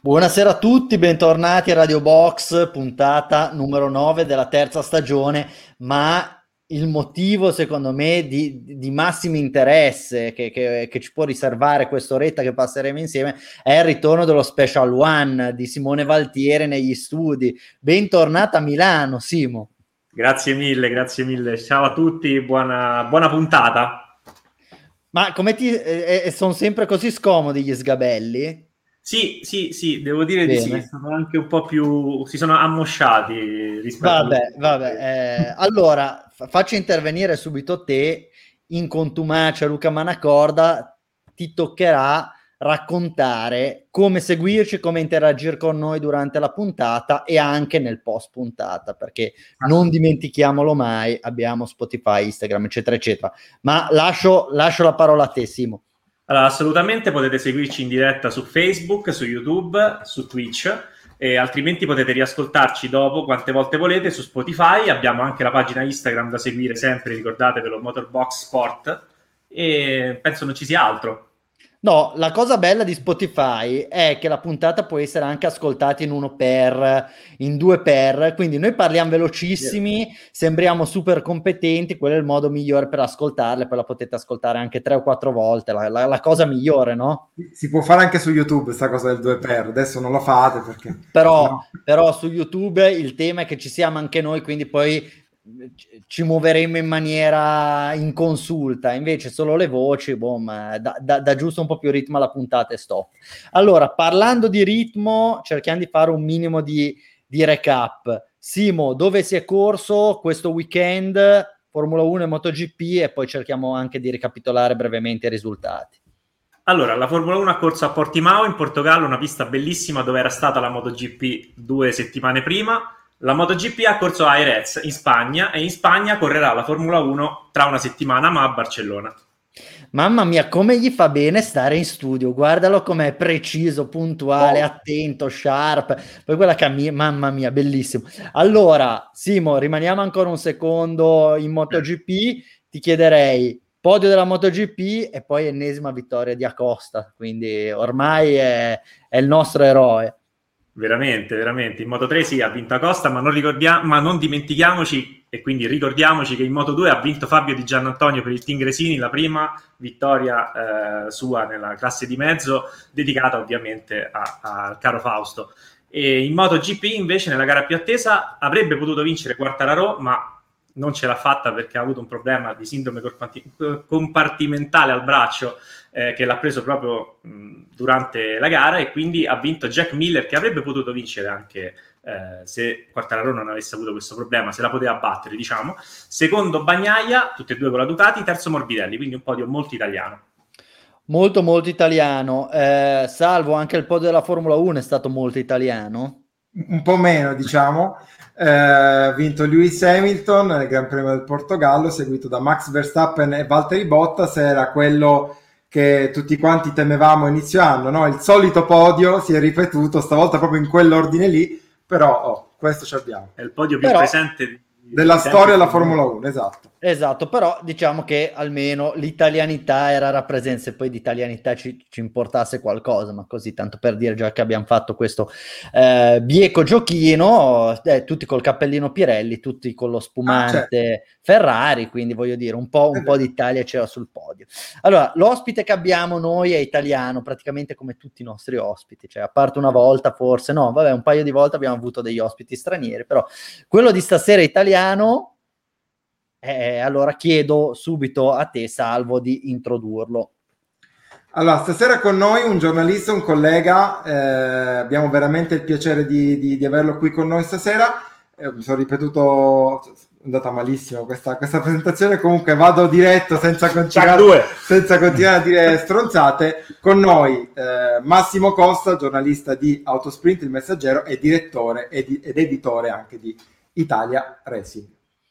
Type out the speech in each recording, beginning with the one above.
Buonasera a tutti, bentornati a Radio Box, puntata numero 9 della terza stagione, ma il motivo secondo me di massimo interesse che ci può riservare quest'oretta che passeremo insieme è il ritorno dello Special One di Simone Valtieri negli studi. Bentornata a Milano, Simo. Grazie mille. Ciao a tutti, buona puntata. Ma come sono sempre così scomodi gli sgabelli? Sì, devo dire di Bene. sì, sono anche un po' più, si sono ammosciati rispetto Vabbè. Allora, faccio intervenire subito te, in contumacia Luca Manacorda, ti toccherà raccontare come seguirci, come interagire con noi durante la puntata e anche nel post puntata, perché non dimentichiamolo mai, abbiamo Spotify, Instagram, eccetera, eccetera. Ma lascio la parola a te, Simo. Allora, assolutamente potete seguirci in diretta su Facebook, su YouTube, su Twitch, e altrimenti potete riascoltarci dopo quante volte volete su Spotify. Abbiamo anche la pagina Instagram da seguire sempre, ricordatevelo, Motorbox Sport, e penso non ci sia altro. No, la cosa bella di Spotify è che la puntata può essere anche ascoltata in due per, quindi noi parliamo velocissimi, sembriamo super competenti, quello è il modo migliore per ascoltarle, poi la potete ascoltare anche 3 o 4 volte, la cosa migliore, no? Si può fare anche su YouTube questa cosa del 2x, adesso non lo fate perché... Però su YouTube il tema è che ci siamo anche noi, quindi poi ci muoveremo in maniera inconsulta, invece solo le voci, da giusto un po' più ritmo alla puntata e stop. Allora, parlando di ritmo, cerchiamo di fare un minimo di recap. Simo, dove si è corso questo weekend, Formula 1 e MotoGP, e poi cerchiamo anche di ricapitolare brevemente i risultati. Allora, la Formula 1 ha corso a Portimao in Portogallo, una pista bellissima dove era stata la MotoGP 2 settimane prima. La MotoGP ha corso a Jerez in Spagna, e in Spagna correrà la Formula 1 tra una settimana, ma a Barcellona. Mamma mia, come gli fa bene stare in studio, guardalo com'è preciso, puntuale, attento, sharp, poi quella mamma mia, bellissimo. Allora, Simo, rimaniamo ancora un secondo in MotoGP, ti chiederei podio della MotoGP e poi ennesima vittoria di Acosta, quindi ormai è il nostro eroe. Veramente. In Moto3 sì, ha vinto Acosta, ma non dimentichiamoci, e quindi ricordiamoci che in Moto2 ha vinto Fabio Di Giannantonio per il Team Gresini, la prima vittoria sua nella classe di mezzo, dedicata ovviamente al caro Fausto. E in MotoGP invece, nella gara più attesa, avrebbe potuto vincere Quartararo, ma non ce l'ha fatta perché ha avuto un problema di sindrome compartimentale al braccio, che l'ha preso proprio durante la gara, e quindi ha vinto Jack Miller, che avrebbe potuto vincere anche se Quartararo non avesse avuto questo problema, se la poteva battere, diciamo. Secondo Bagnaia, tutte e due con la Ducati, terzo Morbidelli, quindi un podio molto italiano. Molto italiano, salvo anche il podio della Formula 1 è stato molto italiano. Un po' meno, diciamo. Vinto Lewis Hamilton nel Gran Premio del Portogallo, seguito da Max Verstappen e Valtteri Bottas. Era quello che tutti quanti temevamo inizio anno, no? Il solito podio si è ripetuto, stavolta proprio in quell'ordine lì, però questo ci abbiamo. È il podio più presente della storia della Formula 1, esatto, però diciamo che almeno l'italianità era rappresentata, se poi di italianità ci importasse qualcosa, ma così tanto per dire, già che abbiamo fatto questo bieco giochino, tutti col cappellino Pirelli, tutti con lo spumante Ferrari, quindi voglio dire un po' di Italia c'era sul podio. Allora, l'ospite che abbiamo noi è italiano, praticamente come tutti i nostri ospiti, cioè a parte una volta forse, no, vabbè, un paio di volte abbiamo avuto degli ospiti stranieri, però quello di stasera è italiano. Allora chiedo subito a te, Salvo, di introdurlo. Allora, stasera con noi un giornalista, un collega, abbiamo veramente il piacere di averlo qui con noi stasera. Mi sono ripetuto, è andata malissimo questa presentazione, comunque vado diretto senza continuare a dire stronzate. Con noi Massimo Costa, giornalista di Autosprint, Il Messaggero, e direttore ed editore anche di Italia Racing.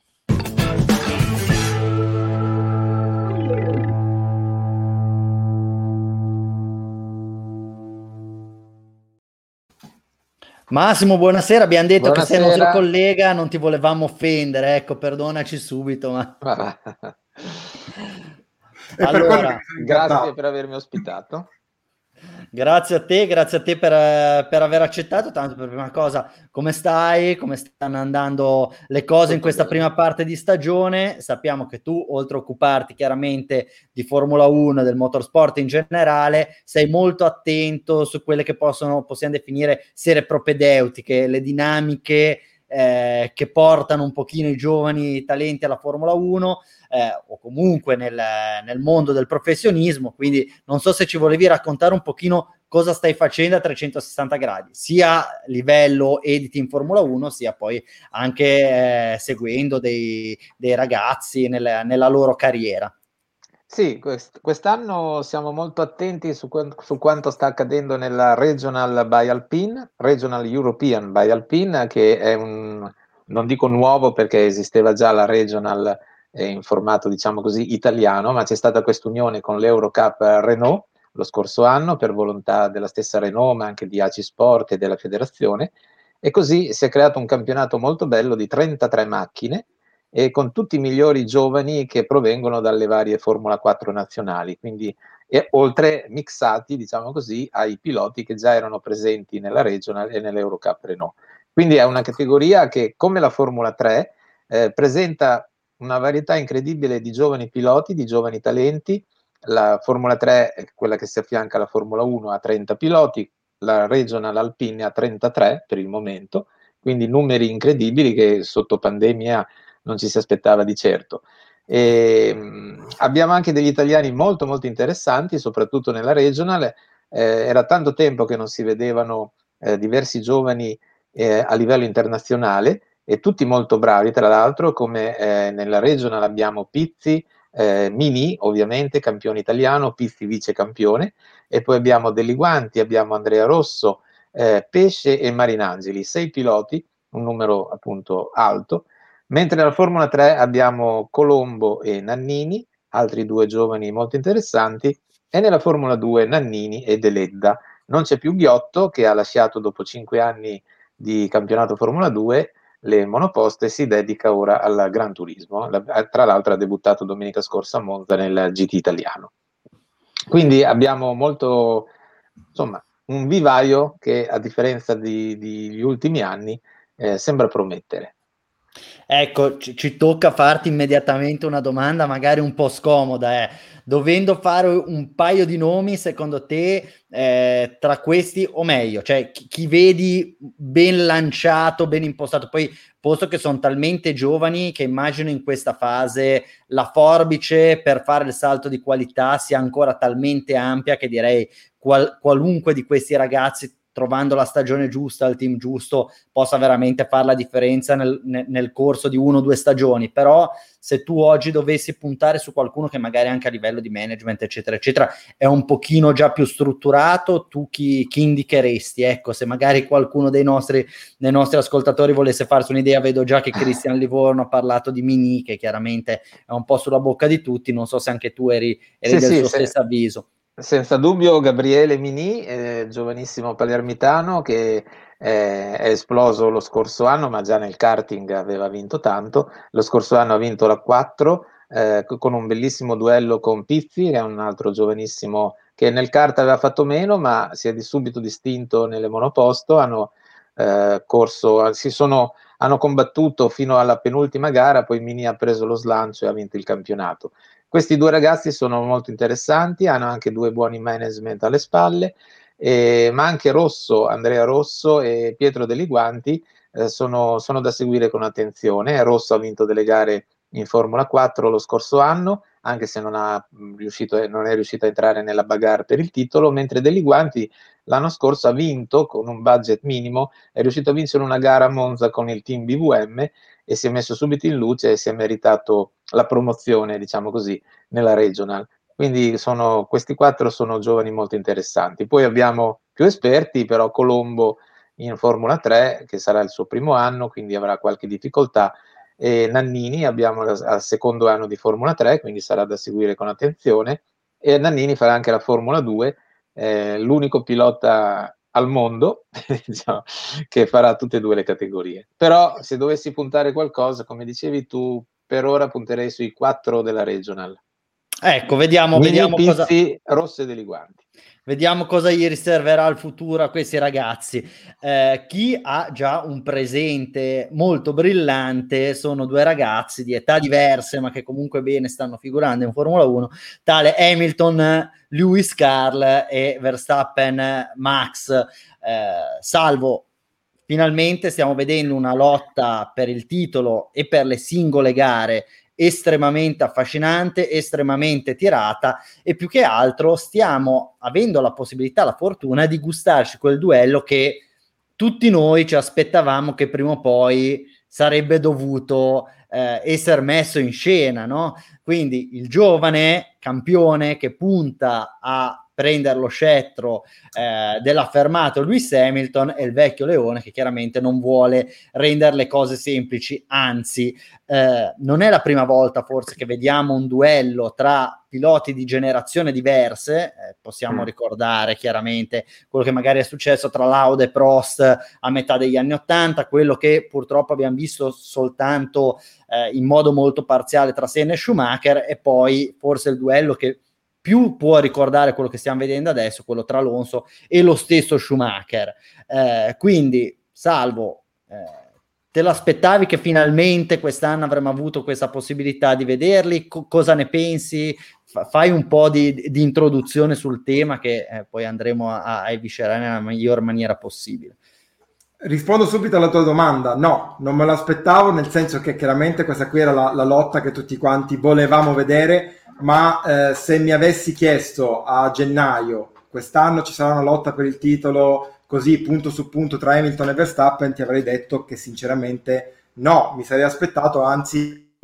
Massimo, buonasera, abbiamo detto che sei il nostro collega, non ti volevamo offendere, ecco, perdonaci subito. Ma... allora, grazie per avermi ospitato. Grazie a te per aver accettato. Tanto per prima cosa, come stai? Come stanno andando le cose in Tutto questa bene. prima parte di stagione? Sappiamo che tu, oltre a occuparti chiaramente di Formula 1 e del motorsport in generale, sei molto attento su quelle che possiamo definire serie propedeutiche, le dinamiche che portano un pochino i giovani talenti alla Formula 1 o comunque nel mondo del professionismo. Quindi non so se ci volevi raccontare un pochino cosa stai facendo a 360 gradi, sia a livello edit in Formula 1, sia poi anche seguendo dei ragazzi nella loro carriera. Sì, quest'anno siamo molto attenti su quanto sta accadendo nella Regional by Alpine, Regional European by Alpine, che è non dico nuovo perché esisteva già la Regional in formato, diciamo così, italiano, ma c'è stata quest'unione con l'Eurocup Renault lo scorso anno per volontà della stessa Renault, ma anche di ACI Sport e della federazione, e così si è creato un campionato molto bello di 33 macchine e con tutti i migliori giovani che provengono dalle varie Formula 4 nazionali, quindi oltre mixati, diciamo così, ai piloti che già erano presenti nella Regional e nell'Eurocup Renault. Quindi è una categoria che, come la Formula 3, presenta una varietà incredibile di giovani piloti, di giovani talenti. La Formula 3 è quella che si affianca alla Formula 1, ha 30 piloti, la Regional Alpine ha 33 per il momento, quindi numeri incredibili che sotto pandemia non ci si aspettava di certo. Abbiamo anche degli italiani molto molto interessanti, soprattutto nella regional. Era tanto tempo che non si vedevano diversi giovani a livello internazionale e tutti molto bravi, tra l'altro, come nella regional abbiamo Pizzi, Mini, ovviamente, campione italiano, Pizzi vice campione, e poi abbiamo Deli Guanti, abbiamo Andrea Rosso, Pesce e Marinangeli, 6 piloti, un numero appunto alto. Mentre nella Formula 3 abbiamo Colombo e Nannini, altri due giovani molto interessanti, e nella Formula 2 Nannini e Deledda. Non c'è più Ghiotto, che ha lasciato dopo 5 anni di campionato Formula 2 le monoposte e si dedica ora al Gran Turismo. Tra l'altro ha debuttato domenica scorsa a Monza nel GT italiano. Quindi abbiamo molto, insomma, un vivaio che a differenza degli ultimi anni sembra promettere. Ecco, ci tocca farti immediatamente una domanda, magari un po' scomoda. Dovendo fare un paio di nomi, secondo te, tra questi, o meglio, cioè chi vedi ben lanciato, ben impostato, poi posto che sono talmente giovani che immagino in questa fase la forbice per fare il salto di qualità sia ancora talmente ampia che direi qualunque di questi ragazzi, trovando la stagione giusta, il team giusto, possa veramente fare la differenza nel corso di 1 o 2 stagioni. Però se tu oggi dovessi puntare su qualcuno che magari anche a livello di management eccetera eccetera è un pochino già più strutturato, tu chi indicheresti? Ecco, se magari qualcuno dei nostri ascoltatori volesse farsi un'idea, vedo già che Cristian Livorno ha parlato di Mini, che chiaramente è un po' sulla bocca di tutti, non so se anche tu eri Sì, del sì, suo stesso avviso. senza dubbio Gabriele Mini, giovanissimo palermitano che è esploso lo scorso anno, ma già nel karting aveva vinto tanto. Lo scorso anno ha vinto la 4 con un bellissimo duello con Pizzi, che è un altro giovanissimo che nel kart aveva fatto meno, ma si è subito distinto nelle monoposto. Hanno corso, hanno combattuto fino alla penultima gara, poi Mini ha preso lo slancio e ha vinto il campionato. Questi due ragazzi sono molto interessanti, hanno anche due buoni management alle spalle, ma anche Andrea Rosso e Pietro Deli Guanti sono da seguire con attenzione. Rosso ha vinto delle gare in Formula 4 lo scorso anno, anche se non è riuscito a entrare nella bagarre per il titolo, mentre Deli Guanti l'anno scorso ha vinto con un budget minimo, è riuscito a vincere una gara a Monza con il team BVM e si è messo subito in luce e si è meritato la promozione, diciamo così, nella regional. Quindi questi 4 sono giovani molto interessanti. Poi abbiamo più esperti, però Colombo in Formula 3, che sarà il suo primo anno, quindi avrà qualche difficoltà. E Nannini abbiamo al secondo anno di Formula 3, quindi sarà da seguire con attenzione. E Nannini farà anche la Formula 2, l'unico pilota al mondo diciamo, che farà tutte e due le categorie. Però se dovessi puntare qualcosa, come dicevi tu, per ora punterei sui 4 della regional. Ecco, vediamo cosa... rosse degli guanti. Vediamo cosa gli riserverà il futuro a questi ragazzi. Chi ha già un presente molto brillante sono due ragazzi di età diverse, ma che comunque bene stanno figurando in Formula 1, tale Hamilton, Lewis Carl e Verstappen Max. Salvo, finalmente stiamo vedendo una lotta per il titolo e per le singole gare estremamente affascinante, estremamente tirata, e più che altro stiamo avendo la possibilità, la fortuna di gustarci quel duello che tutti noi ci aspettavamo che prima o poi sarebbe dovuto essere messo in scena, no? Quindi il giovane campione che punta a prendere lo scettro dell'affermato Lewis Hamilton, e il vecchio leone che chiaramente non vuole rendere le cose semplici, anzi non è la prima volta forse che vediamo un duello tra piloti di generazione diverse. Possiamo ricordare chiaramente quello che magari è successo tra Lauda e Prost a metà degli anni '80, quello che purtroppo abbiamo visto soltanto in modo molto parziale tra Senna e Schumacher, e poi forse il duello che più può ricordare quello che stiamo vedendo adesso, quello tra Alonso e lo stesso Schumacher. Quindi, Salvo, te l'aspettavi che finalmente quest'anno avremmo avuto questa possibilità di vederli? Cosa ne pensi? Fai un po' di introduzione sul tema che poi andremo a eviscerare nella miglior maniera possibile. Rispondo subito alla tua domanda. No, non me l'aspettavo, nel senso che chiaramente questa qui era la lotta che tutti quanti volevamo vedere, ma se mi avessi chiesto a gennaio, quest'anno ci sarà una lotta per il titolo così punto su punto tra Hamilton e Verstappen, ti avrei detto che sinceramente no, mi sarei aspettato, anzi...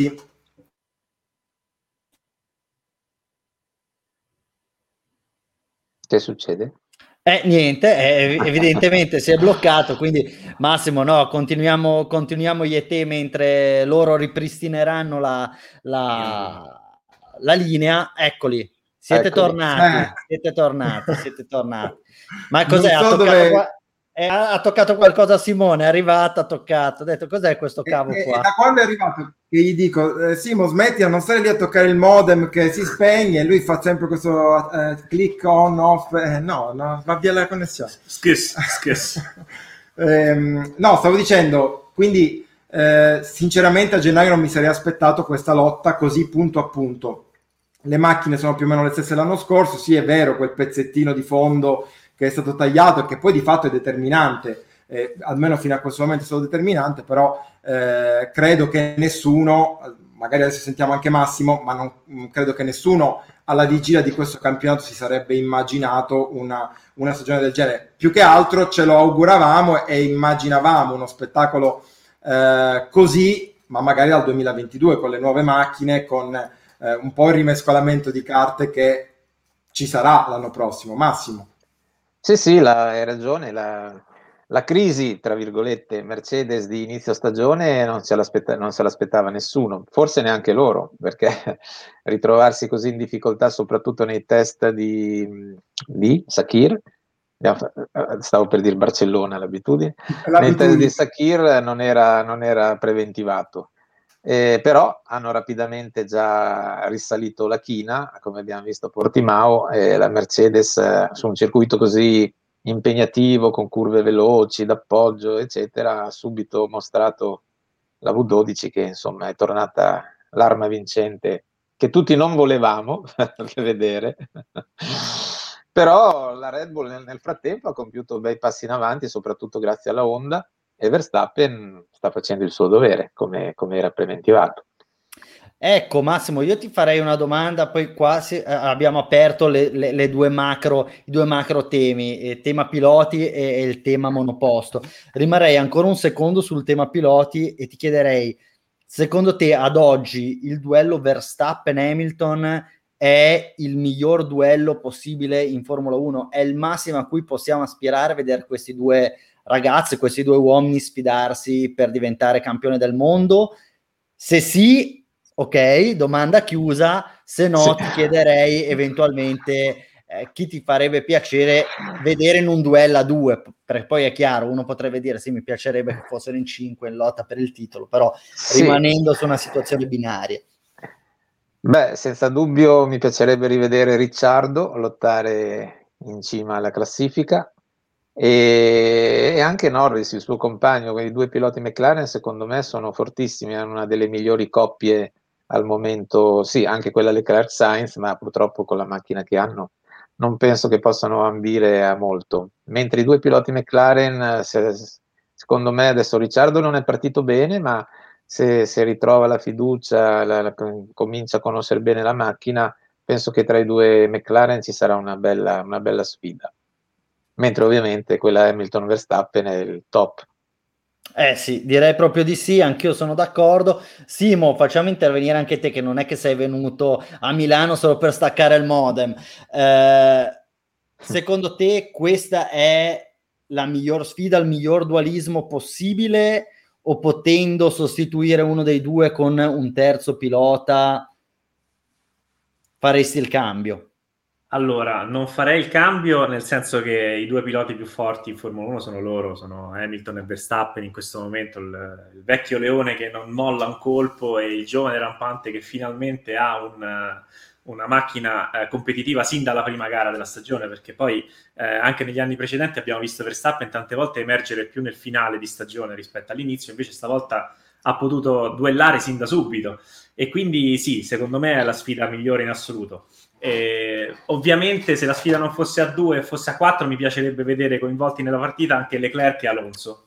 Che succede? Niente, evidentemente si è bloccato, quindi Massimo, no, continuiamo io e te mentre loro ripristineranno la linea. Eccoli, siete tornati. Ma cos'è? Non so dove... Ha toccato qualcosa a Simone, è arrivato, ha toccato, ha detto cos'è questo cavo qua? E da quando è arrivato che gli dico Simo, smetti a non stare lì a toccare il modem che si spegne, e lui fa sempre questo click on off, no, va via la connessione. Schiss. No, stavo dicendo, quindi sinceramente a gennaio non mi sarei aspettato questa lotta così punto a punto. Le macchine sono più o meno le stesse dell'anno scorso, sì è vero, quel pezzettino di fondo che è stato tagliato e che poi di fatto è determinante, almeno fino a questo momento è stato determinante, però credo che nessuno, magari adesso sentiamo anche Massimo, ma non credo che nessuno alla vigilia di questo campionato si sarebbe immaginato una stagione del genere. Più che altro ce lo auguravamo e immaginavamo uno spettacolo così, ma magari dal 2022 con le nuove macchine, con un po' il rimescolamento di carte che ci sarà l'anno prossimo. Massimo. Sì, hai ragione, la crisi, tra virgolette, Mercedes di inizio stagione non se l'aspettava nessuno, forse neanche loro, perché ritrovarsi così in difficoltà, soprattutto nei test di Sakir, stavo per dire Barcellona, l'abitudine. Nei test di Sakir non era preventivato. Però hanno rapidamente già risalito la china, come abbiamo visto a Portimao, e la Mercedes su un circuito così impegnativo, con curve veloci, d'appoggio, eccetera, ha subito mostrato la V12 che insomma è tornata l'arma vincente che tutti non volevamo vedere. Però la Red Bull nel frattempo ha compiuto bei passi in avanti, soprattutto grazie alla Honda, e Verstappen sta facendo il suo dovere come era preventivato. Ecco Massimo, io ti farei una domanda, poi qua abbiamo aperto i due macro temi, tema piloti e il tema monoposto. Rimarrei ancora un secondo sul tema piloti e ti chiederei, secondo te ad oggi il duello Verstappen-Hamilton è il miglior duello possibile in Formula 1? È il massimo a cui possiamo aspirare a vedere questi due ragazzi, questi due uomini sfidarsi per diventare campione del mondo? Se sì, ok, domanda chiusa. Se no, ti chiederei eventualmente chi ti farebbe piacere vedere in un duello a due, perché poi è chiaro, uno potrebbe dire sì, mi piacerebbe che fossero in 5 in lotta per il titolo, però rimanendo su una situazione binaria. Beh, senza dubbio mi piacerebbe rivedere Ricciardo lottare in cima alla classifica e anche Norris, il suo compagno. Quei due piloti McLaren secondo me sono fortissimi, hanno una delle migliori coppie al momento, sì, anche quella Leclerc-Sainz, ma purtroppo con la macchina che hanno non penso che possano ambire a molto. Mentre i due piloti McLaren, secondo me adesso Ricciardo non è partito bene, ma se ritrova la fiducia, comincia a conoscere bene la macchina, penso che tra i due McLaren ci sarà una bella sfida. Mentre ovviamente quella Hamilton-Verstappen è il top. Eh sì, direi proprio di sì, anch'io sono d'accordo. Simo, facciamo intervenire anche te, che non è che sei venuto a Milano solo per staccare il modem. Secondo te questa è la miglior sfida, il miglior dualismo possibile, o potendo sostituire uno dei due con un terzo pilota faresti il cambio? Allora, non farei il cambio, nel senso che i due piloti più forti in Formula 1 sono loro, sono Hamilton e Verstappen in questo momento, il vecchio leone che non molla un colpo e il giovane rampante che finalmente ha una macchina competitiva sin dalla prima gara della stagione, perché poi anche negli anni precedenti abbiamo visto Verstappen tante volte emergere più nel finale di stagione rispetto all'inizio, invece stavolta ha potuto duellare sin da subito e quindi sì, secondo me è la sfida migliore in assoluto. Ovviamente se la sfida non fosse a 2 e fosse a 4 mi piacerebbe vedere coinvolti nella partita anche Leclerc e Alonso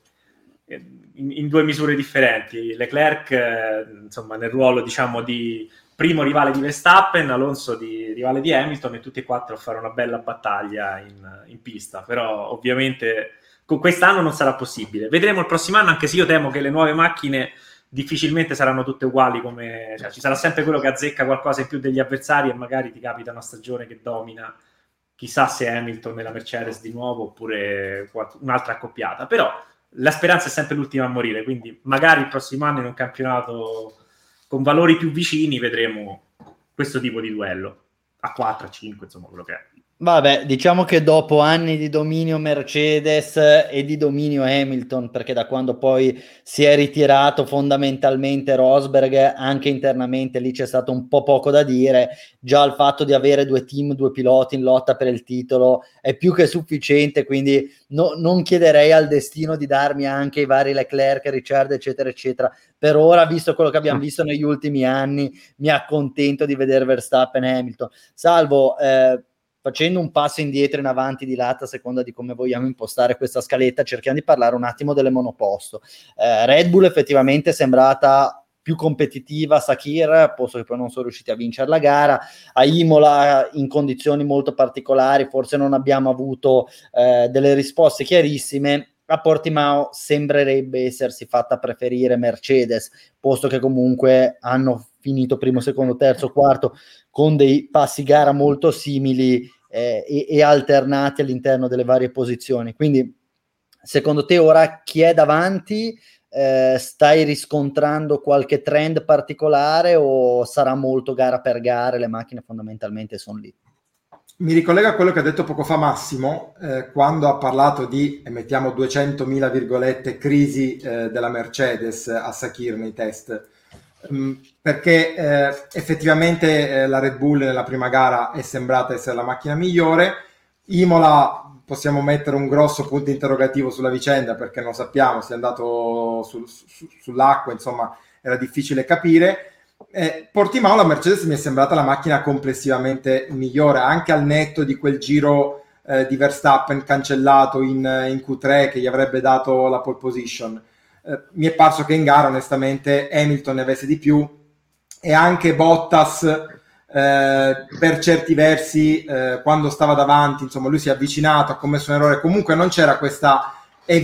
in due misure differenti. Leclerc insomma nel ruolo diciamo di primo rivale di Verstappen, Alonso di rivale di Hamilton, e tutti e quattro a fare una bella battaglia in pista, però ovviamente con quest'anno non sarà possibile. Vedremo il prossimo anno, anche se io temo che le nuove macchine difficilmente saranno tutte uguali, cioè, ci sarà sempre quello che azzecca qualcosa in più degli avversari e magari ti capita una stagione che domina, chissà se Hamilton nella Mercedes di nuovo oppure un'altra accoppiata, però la speranza è sempre l'ultima a morire, quindi magari il prossimo anno in un campionato con valori più vicini vedremo questo tipo di duello a 4, a 5, insomma quello che è. Vabbè, diciamo che dopo anni di dominio Mercedes e di dominio Hamilton, perché da quando poi si è ritirato fondamentalmente Rosberg, anche internamente lì c'è stato un po' poco da dire, già il fatto di avere due team, due piloti in lotta per il titolo è più che sufficiente, quindi non chiederei al destino di darmi anche i vari Leclerc, Ricciardo, eccetera, eccetera. Per ora, visto quello che abbiamo visto negli ultimi anni, mi accontento di vedere Verstappen e Hamilton. Salvo... facendo un passo indietro in avanti di lato a seconda di come vogliamo impostare questa scaletta, cerchiamo di parlare un attimo delle monoposto. Red Bull effettivamente è sembrata più competitiva a Sakir, posto che poi non sono riusciti a vincere la gara. A Imola in condizioni molto particolari forse non abbiamo avuto delle risposte chiarissime. A Portimao sembrerebbe essersi fatta preferire Mercedes, posto che comunque hanno finito primo, secondo, terzo, quarto con dei passi gara molto simili e alternati all'interno delle varie posizioni. Quindi secondo te ora chi è davanti? Stai riscontrando qualche trend particolare o sarà molto gara per gara? Le macchine fondamentalmente sono lì. Mi ricollega a quello che ha detto poco fa Massimo, quando ha parlato di, mettiamo 200.000 virgolette, crisi della Mercedes a Sakir nei test. Perché effettivamente la Red Bull nella prima gara è sembrata essere la macchina migliore. Imola possiamo mettere un grosso punto interrogativo sulla vicenda, perché non sappiamo se è andato sull'acqua, insomma era difficile capire. Portimao la Mercedes mi è sembrata la macchina complessivamente migliore, anche al netto di quel giro di Verstappen cancellato in Q3 che gli avrebbe dato la pole position. Mi è parso che in gara onestamente Hamilton ne avesse di più, e anche Bottas per certi versi quando stava davanti, insomma lui si è avvicinato, ha commesso un errore, comunque non c'era questa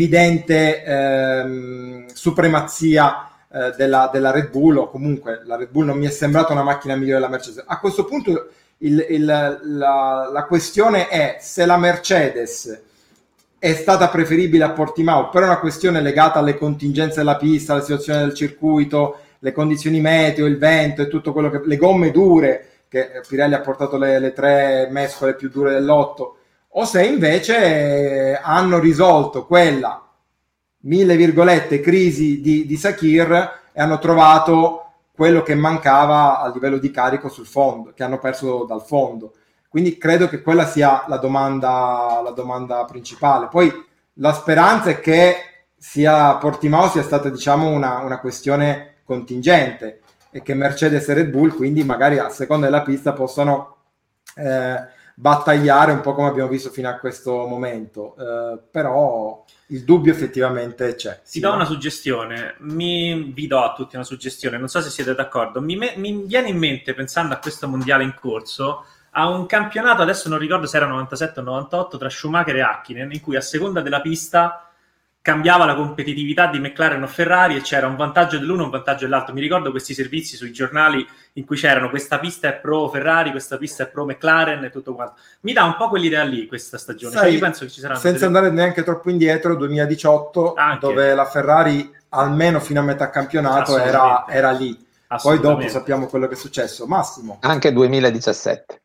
evidente supremazia della Red Bull, o comunque la Red Bull non mi è sembrata una macchina migliore della Mercedes. A questo punto la questione è se la Mercedes è stata preferibile a Portimao, però è una questione legata alle contingenze della pista, alla situazione del circuito, le condizioni meteo, il vento e tutto quello che... le gomme dure, che Pirelli ha portato le 3 mescole più dure dell'8, o se invece hanno risolto quella, mille virgolette, crisi di Sakir e hanno trovato quello che mancava a livello di carico sul fondo, che hanno perso dal fondo. Quindi credo che quella sia la domanda principale. Poi la speranza è che sia Portimao sia stata, diciamo, una questione contingente, e che Mercedes e Red Bull quindi magari a seconda della pista possano battagliare un po' come abbiamo visto fino a questo momento, però il dubbio effettivamente c'è. Ti do una suggestione, vi do a tutti una suggestione, non so se siete d'accordo, mi viene in mente, pensando a questo mondiale in corso, a un campionato, adesso non ricordo se era 97 o 98, tra Schumacher e Häkkinen, in cui a seconda della pista cambiava la competitività di McLaren o Ferrari e c'era un vantaggio dell'uno e un vantaggio dell'altro. Mi ricordo questi servizi sui giornali in cui c'erano questa pista è pro Ferrari, questa pista è pro McLaren e tutto quanto. Mi dà un po' quell'idea lì questa stagione. Sai, cioè, io penso che ci saranno senza andare neanche troppo indietro, 2018, dove la Ferrari almeno fino a metà campionato era lì. Poi dopo sappiamo quello che è successo. Massimo. Anche 2017.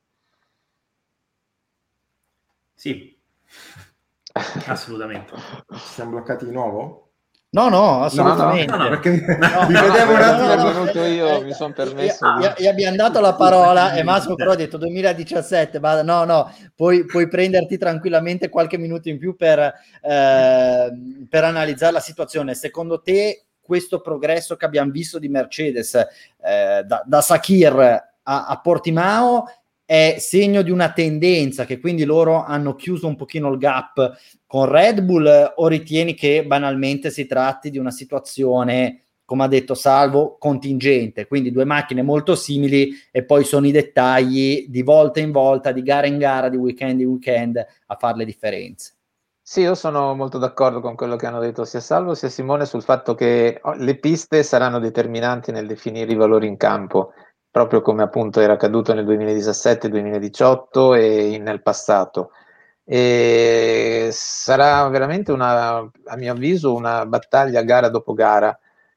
Sì. Assolutamente. Ci siamo bloccati di nuovo? No, assolutamente. No, perché mi vedevo un attimo. Io mi sono permesso. Gli abbiamo dato la parola e Massimo però ha detto 2017. No, puoi prenderti tranquillamente qualche minuto in più per analizzare la situazione. Secondo te questo progresso che abbiamo visto di Mercedes da Sakir a Portimao è segno di una tendenza, che quindi loro hanno chiuso un pochino il gap con Red Bull, o ritieni che banalmente si tratti di una situazione, come ha detto Salvo, contingente, quindi due macchine molto simili e poi sono i dettagli di volta in volta, di gara in gara, di weekend in weekend a fare le differenze? Sì, io sono molto d'accordo con quello che hanno detto sia Salvo sia Simone sul fatto che le piste saranno determinanti nel definire i valori in campo, proprio come appunto era accaduto nel 2017-2018 e nel passato. E sarà veramente a mio avviso, una battaglia gara dopo gara.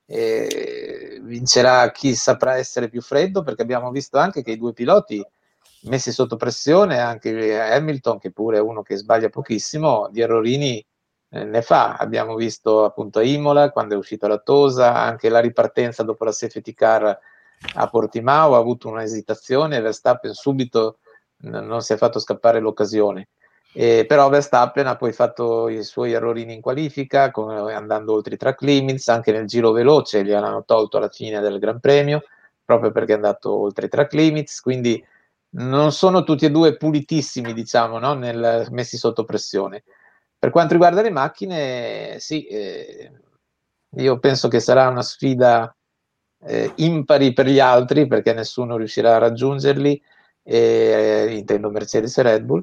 Vincerà chi saprà essere più freddo, perché abbiamo visto anche che i due piloti messi sotto pressione, anche Hamilton, che pure è uno che sbaglia pochissimo, di errorini ne fa. Abbiamo visto appunto a Imola, quando è uscito la Tosa, anche la ripartenza dopo la safety car a Portimao ha avuto un'esitazione, Verstappen subito non si è fatto scappare l'occasione, però Verstappen ha poi fatto i suoi errorini in qualifica, andando oltre i track limits, anche nel giro veloce gli hanno tolto alla fine del Gran Premio proprio perché è andato oltre i track limits, quindi non sono tutti e due pulitissimi, diciamo, no? Messi sotto pressione. Per quanto riguarda le macchine, sì, io penso che sarà una sfida impari per gli altri, perché nessuno riuscirà a raggiungerli, intendo Mercedes e Red Bull,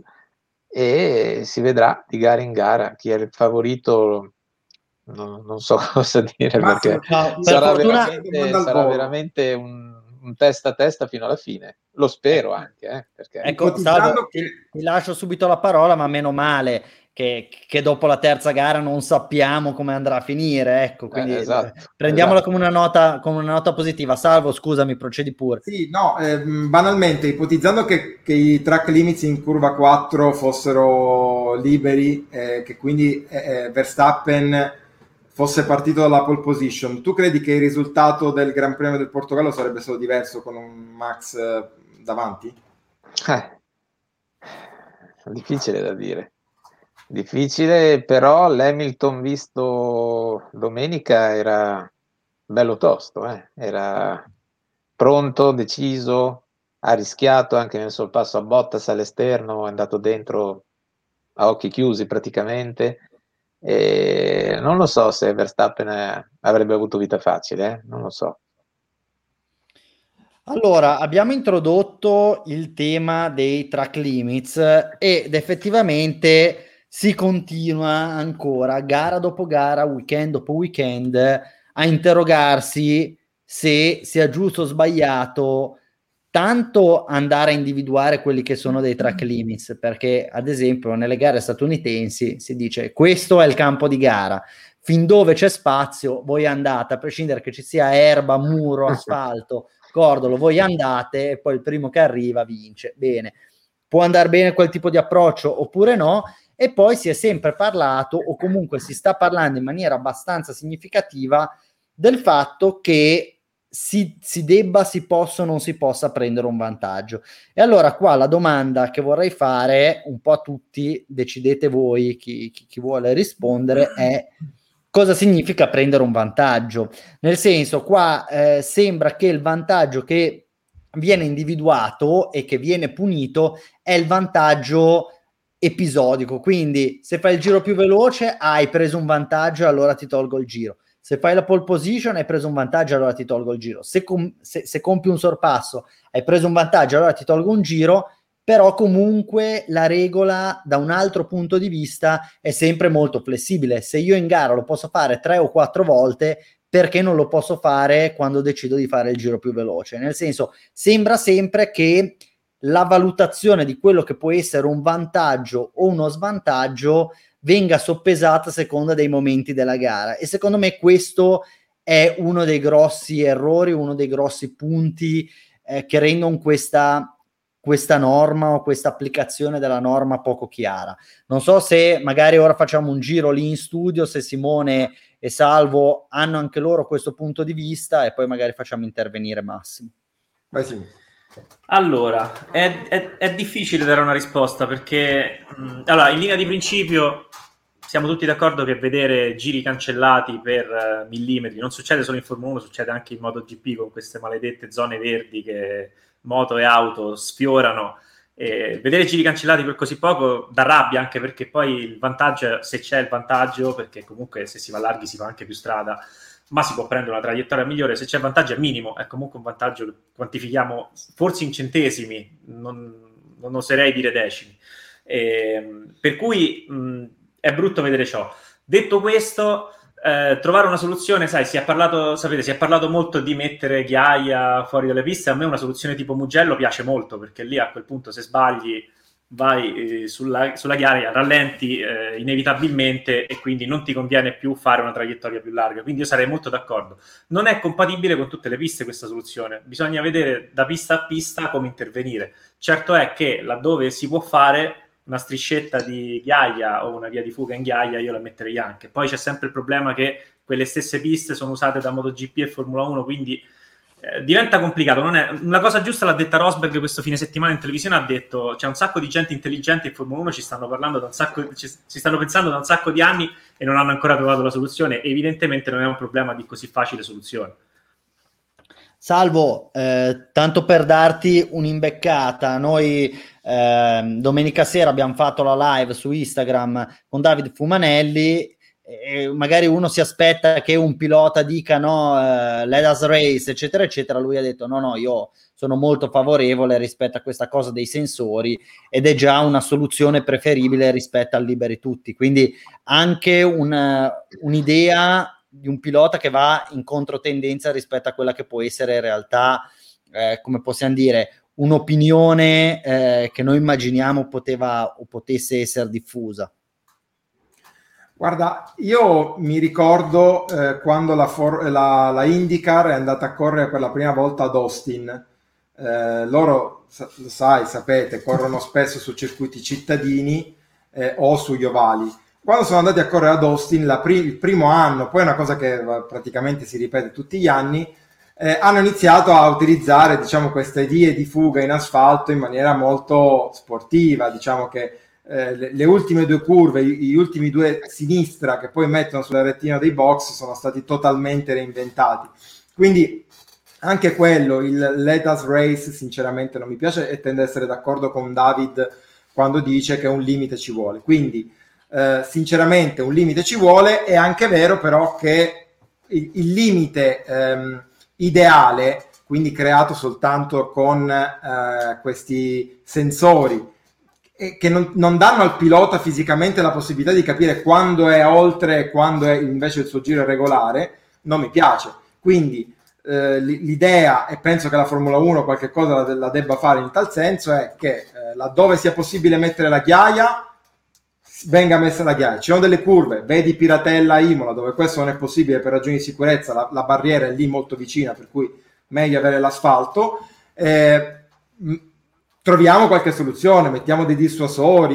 e si vedrà di gara in gara chi è il favorito. Non so cosa dire, perché sarà veramente un testa a testa fino alla fine, lo spero anche, perché... Ecco, Salvo, ti lascio subito la parola, ma meno male che dopo la terza gara non sappiamo come andrà a finire, ecco, quindi prendiamola come una nota positiva. Salvo, scusami, procedi pure. Sì, no, banalmente, ipotizzando che i track limits in curva 4 fossero liberi, che quindi Verstappen fosse partito dalla pole position, tu credi che il risultato del Gran Premio del Portogallo sarebbe stato diverso con un Max davanti? Difficile da dire. Difficile, però l'Hamilton visto domenica era bello tosto, era pronto, deciso, ha rischiato anche nel sorpasso a Bottas all'esterno, è andato dentro a occhi chiusi praticamente. E non lo so se Verstappen avrebbe avuto vita facile, non lo so. Allora, abbiamo introdotto il tema dei track limits ed effettivamente si continua ancora, gara dopo gara, weekend dopo weekend, a interrogarsi se sia giusto o sbagliato tanto andare a individuare quelli che sono dei track limits, perché ad esempio nelle gare statunitensi si dice questo è il campo di gara, fin dove c'è spazio voi andate, a prescindere che ci sia erba, muro, asfalto, cordolo, voi andate e poi il primo che arriva vince. Bene, può andare bene quel tipo di approccio oppure no, e poi si è sempre parlato, o comunque si sta parlando in maniera abbastanza significativa, del fatto che si debba, si possa o non si possa prendere un vantaggio. E allora qua la domanda che vorrei fare un po' a tutti, decidete voi chi vuole rispondere, è: cosa significa prendere un vantaggio? Nel senso, qua sembra che il vantaggio che viene individuato e che viene punito è il vantaggio episodico, quindi se fai il giro più veloce hai preso un vantaggio e allora ti tolgo il giro. Se fai la pole position hai preso un vantaggio, allora ti tolgo il giro. Se compi un sorpasso hai preso un vantaggio, allora ti tolgo un giro. Però comunque la regola da un altro punto di vista è sempre molto flessibile. Se io in gara lo posso fare 3 o 4 volte, perché non lo posso fare quando decido di fare il giro più veloce? Nel senso, sembra sempre che la valutazione di quello che può essere un vantaggio o uno svantaggio venga soppesata a seconda dei momenti della gara, e secondo me questo è uno dei grossi errori, uno dei grossi punti che rendono questa norma o questa applicazione della norma poco chiara. Non so se magari ora facciamo un giro lì in studio, se Simone e Salvo hanno anche loro questo punto di vista, e poi magari facciamo intervenire Massimo. Vai Simone. Allora, è difficile dare una risposta perché, allora, in linea di principio siamo tutti d'accordo che vedere giri cancellati per millimetri non succede solo in Formula 1, succede anche in MotoGP con queste maledette zone verdi che moto e auto sfiorano. Vedere giri cancellati per così poco dà rabbia, anche perché poi il vantaggio, se c'è il vantaggio, perché comunque se si va larghi si fa anche più strada, ma si può prendere una traiettoria migliore, se c'è il vantaggio è minimo, è comunque un vantaggio che quantifichiamo forse in centesimi, non oserei dire decimi, per cui è brutto vedere ciò. Detto questo, trovare una soluzione, sai, si è parlato molto di mettere ghiaia fuori dalle piste. A me una soluzione tipo Mugello piace molto, perché lì a quel punto se sbagli vai sulla ghiaia, rallenti inevitabilmente, e quindi non ti conviene più fare una traiettoria più larga. Quindi io sarei molto d'accordo. Non è compatibile con tutte le piste questa soluzione, bisogna vedere da pista a pista come intervenire. Certo è che laddove si può fare una striscetta di ghiaia o una via di fuga in ghiaia, io la metterei anche. Poi c'è sempre il problema che quelle stesse piste sono usate da MotoGP e Formula 1, quindi diventa complicato. Non è una cosa giusta, l'ha detta Rosberg questo fine settimana in televisione, ha detto: c'è un sacco di gente intelligente in Formula 1, ci stanno pensando da un sacco di anni e non hanno ancora trovato la soluzione. Evidentemente non è un problema di così facile soluzione. Salvo, tanto per darti un'imbeccata, noi domenica sera abbiamo fatto la live su Instagram con Davide Fumanelli, e magari uno si aspetta che un pilota dica no, let us race, eccetera eccetera. Lui ha detto no, io sono molto favorevole rispetto a questa cosa dei sensori, ed è già una soluzione preferibile rispetto al liberi tutti. Quindi anche un'idea di un pilota che va in controtendenza rispetto a quella che può essere in realtà, come possiamo dire, un'opinione che noi immaginiamo potesse essere diffusa. Guarda, io mi ricordo quando la IndyCar è andata a correre per la prima volta ad Austin. Loro, lo sapete, corrono spesso su circuiti cittadini o sugli ovali. Quando sono andati a correre ad Austin il primo anno, poi è una cosa che praticamente si ripete tutti gli anni, hanno iniziato a utilizzare, diciamo, queste vie di fuga in asfalto in maniera molto sportiva. Diciamo che le ultime due curve, gli ultimi due sinistra che poi mettono sulla rettina dei box sono stati totalmente reinventati. Quindi anche quello, il let us race, sinceramente non mi piace, e tendo ad essere d'accordo con David quando dice che un limite ci vuole. Quindi sinceramente un limite ci vuole. È anche vero però che il limite ideale, quindi creato soltanto con questi sensori che non danno al pilota fisicamente la possibilità di capire quando è oltre e quando è invece il suo giro regolare, non mi piace. Quindi l'idea, e penso che la Formula 1 qualche cosa la debba fare in tal senso, è che laddove sia possibile mettere la ghiaia venga messa la ghiaia. Ci sono delle curve, vedi Piratella, Imola, dove questo non è possibile per ragioni di sicurezza, la barriera è lì molto vicina, per cui meglio avere l'asfalto. troviamo qualche soluzione, mettiamo dei dissuasori,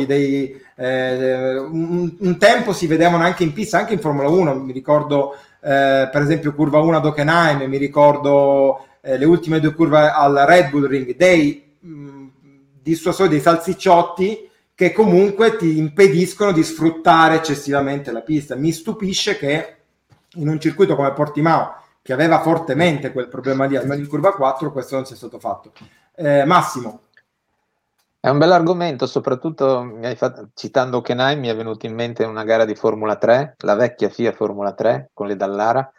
un tempo si vedevano anche in pista, anche in Formula 1, mi ricordo per esempio curva 1 ad Hockenheim, mi ricordo le ultime 2 curve al Red Bull Ring, dei dissuasori, dei salsicciotti che comunque ti impediscono di sfruttare eccessivamente la pista. Mi stupisce che in un circuito come Portimao, che aveva fortemente quel problema lì, almeno in curva 4, questo non sia stato fatto. Massimo. È un bell'argomento, soprattutto citando Hockenheim mi è venuto in mente una gara di Formula 3, la vecchia FIA Formula 3 con le Dallara.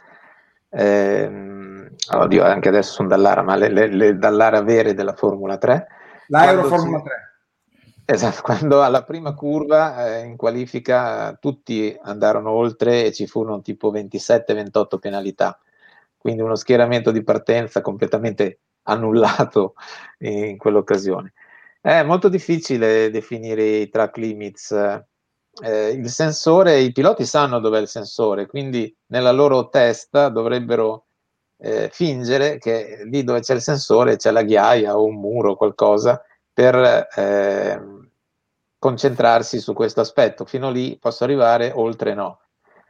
Oddio, anche adesso sono Dallara, ma le Dallara vere della Formula 3. La Euro Formula 3. Esatto, quando alla prima curva in qualifica tutti andarono oltre e ci furono tipo 27-28 penalità, quindi uno schieramento di partenza completamente annullato in quell'occasione. È molto difficile definire i track limits. Il sensore, i piloti sanno dov'è il sensore, quindi nella loro testa dovrebbero fingere che lì dove c'è il sensore c'è la ghiaia o un muro o qualcosa per concentrarsi su questo aspetto. Fino lì posso arrivare, oltre no.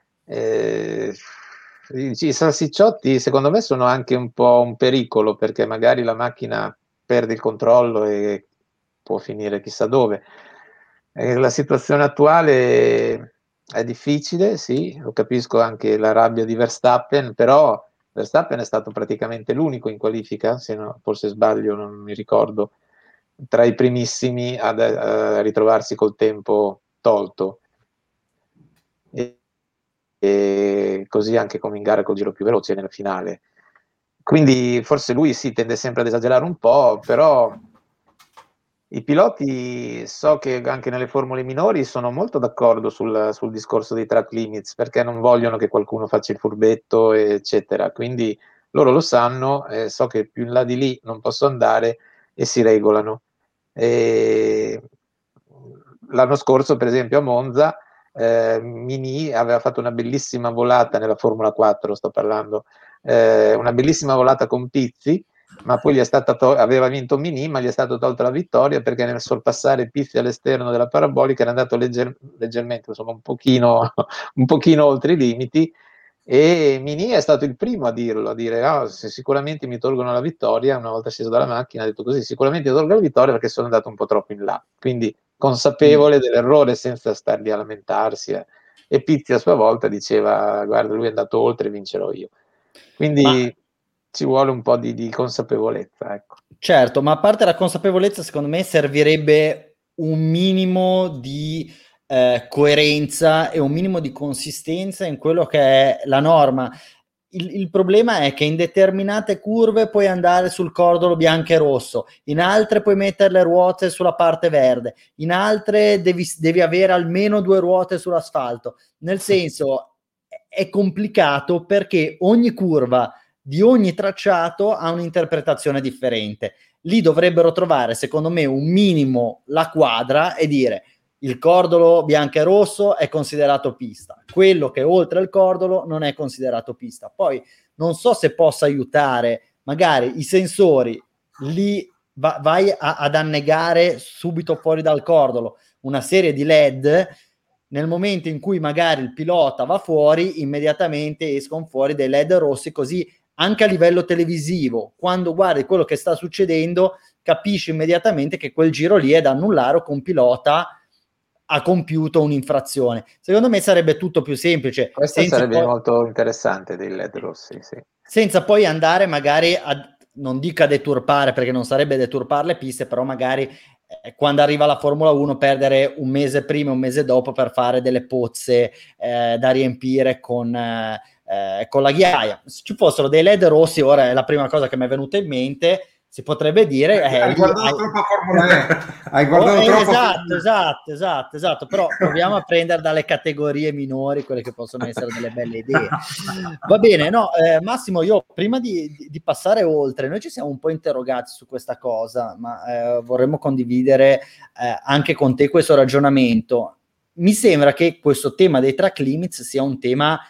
I salsicciotti secondo me sono anche un po' un pericolo, perché magari la macchina perde il controllo e può finire chissà dove. La situazione attuale è difficile, sì, lo capisco anche la rabbia di Verstappen, però Verstappen è stato praticamente l'unico in qualifica, se no, forse sbaglio, non mi ricordo, tra i primissimi a ritrovarsi col tempo tolto. E così anche come in gara col giro più veloce nella finale. Quindi forse lui sì, tende sempre ad esagerare un po', però i piloti so che anche nelle formule minori sono molto d'accordo sul discorso dei track limits, perché non vogliono che qualcuno faccia il furbetto, eccetera. Quindi loro lo sanno, so che più in là di lì non posso andare e si regolano. L'anno scorso, per esempio, a Monza, Mini aveva fatto una bellissima volata nella Formula 4, sto parlando, una bellissima volata con Pizzi, ma poi aveva vinto Mini, ma gli è stato tolta la vittoria perché nel sorpassare Pizzi all'esterno della parabolica era andato leggermente, insomma un pochino oltre i limiti, e Mini è stato il primo a dirlo, a dire se sicuramente mi tolgono la vittoria. Una volta sceso dalla macchina ha detto così: sicuramente tolgo la vittoria perché sono andato un po' troppo in là, quindi consapevole dell'errore senza star lì a lamentarsi, e Pizzi a sua volta diceva: guarda, lui è andato oltre, vincerò io. Quindi ci vuole un po' di consapevolezza, ecco. Certo, ma a parte la consapevolezza, secondo me servirebbe un minimo di coerenza e un minimo di consistenza in quello che è la norma. Il problema è che in determinate curve puoi andare sul cordolo bianco e rosso, in altre puoi mettere le ruote sulla parte verde, in altre devi avere almeno 2 ruote sull'asfalto. Nel senso, è complicato perché ogni curva di ogni tracciato ha un'interpretazione differente. Lì dovrebbero trovare, secondo me, un minimo la quadra e dire: il cordolo bianco e rosso è considerato pista, quello che è oltre il cordolo non è considerato pista. Poi non so se possa aiutare magari i sensori, lì vai ad annegare subito fuori dal cordolo una serie di LED. Nel momento in cui magari il pilota va fuori, immediatamente escono fuori dei LED rossi, così anche a livello televisivo, quando guardi quello che sta succedendo, capisci immediatamente che quel giro lì è da annullare o che un pilota ha compiuto un'infrazione. Secondo me sarebbe tutto più semplice. Questo sarebbe molto interessante, dei LED rossi, sì. Senza poi andare magari non dico a deturpare, perché non sarebbe deturpare le piste, però magari quando arriva la Formula 1 perdere un mese prima e un mese dopo per fare delle pozze da riempire con la ghiaia. Se ci fossero dei LED rossi, ora è la prima cosa che mi è venuta in mente, si potrebbe dire hai guardato troppo Formula E, hai guardato troppo esatto, però proviamo a prendere dalle categorie minori quelle che possono essere delle belle idee. Va bene, no, Massimo, io prima di passare oltre, noi ci siamo un po' interrogati su questa cosa, ma vorremmo condividere anche con te questo ragionamento. Mi sembra che questo tema dei track limits sia un tema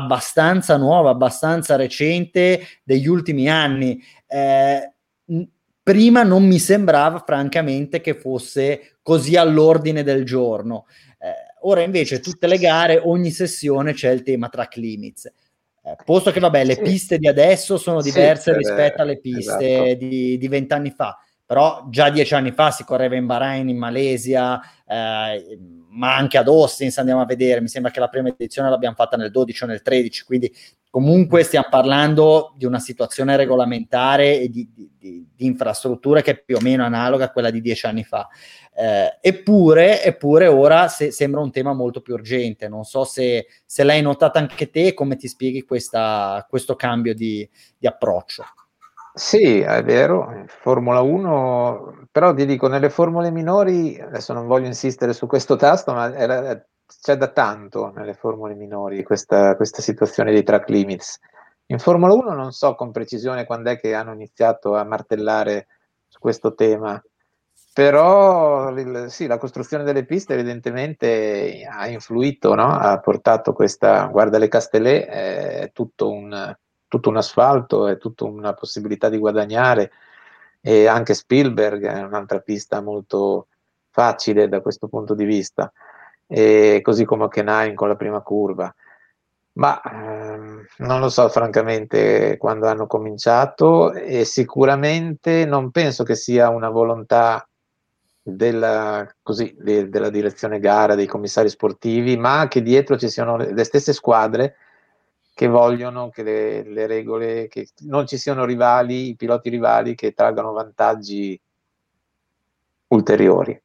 abbastanza nuovo, abbastanza recente degli ultimi anni. prima non mi sembrava francamente che fosse così all'ordine del giorno. Ora invece tutte le gare, ogni sessione c'è il tema track limits. Posto che vabbè, le piste di adesso sono diverse rispetto alle piste di 20 anni fa, però già 10 anni fa si correva in Bahrain, in Malesia, ma anche ad Austin, se andiamo a vedere, mi sembra che la prima edizione l'abbiamo fatta nel 12 o nel 13, quindi comunque stiamo parlando di una situazione regolamentare e di infrastrutture che è più o meno analoga a quella di 10 anni fa. Eppure ora sembra un tema molto più urgente. Non so se l'hai notata anche te, come ti spieghi questo cambio di approccio. Sì, è vero, Formula 1, però ti dico, nelle formule minori, adesso non voglio insistere su questo tasto, ma c'è da tanto nelle formule minori questa situazione dei track limits. In Formula 1 non so con precisione quando è che hanno iniziato a martellare su questo tema, però sì, la costruzione delle piste evidentemente ha influito, no? Ha portato guarda le Castellet, è tutto un asfalto, è tutta una possibilità di guadagnare, e anche Spielberg è un'altra pista molto facile da questo punto di vista, e così come Hockenheim con la prima curva. Ma non lo so francamente quando hanno cominciato, e sicuramente non penso che sia una volontà della direzione gara, dei commissari sportivi, ma che dietro ci siano le stesse squadre che vogliono che le regole, che non ci siano i piloti rivali che traggano vantaggi ulteriori.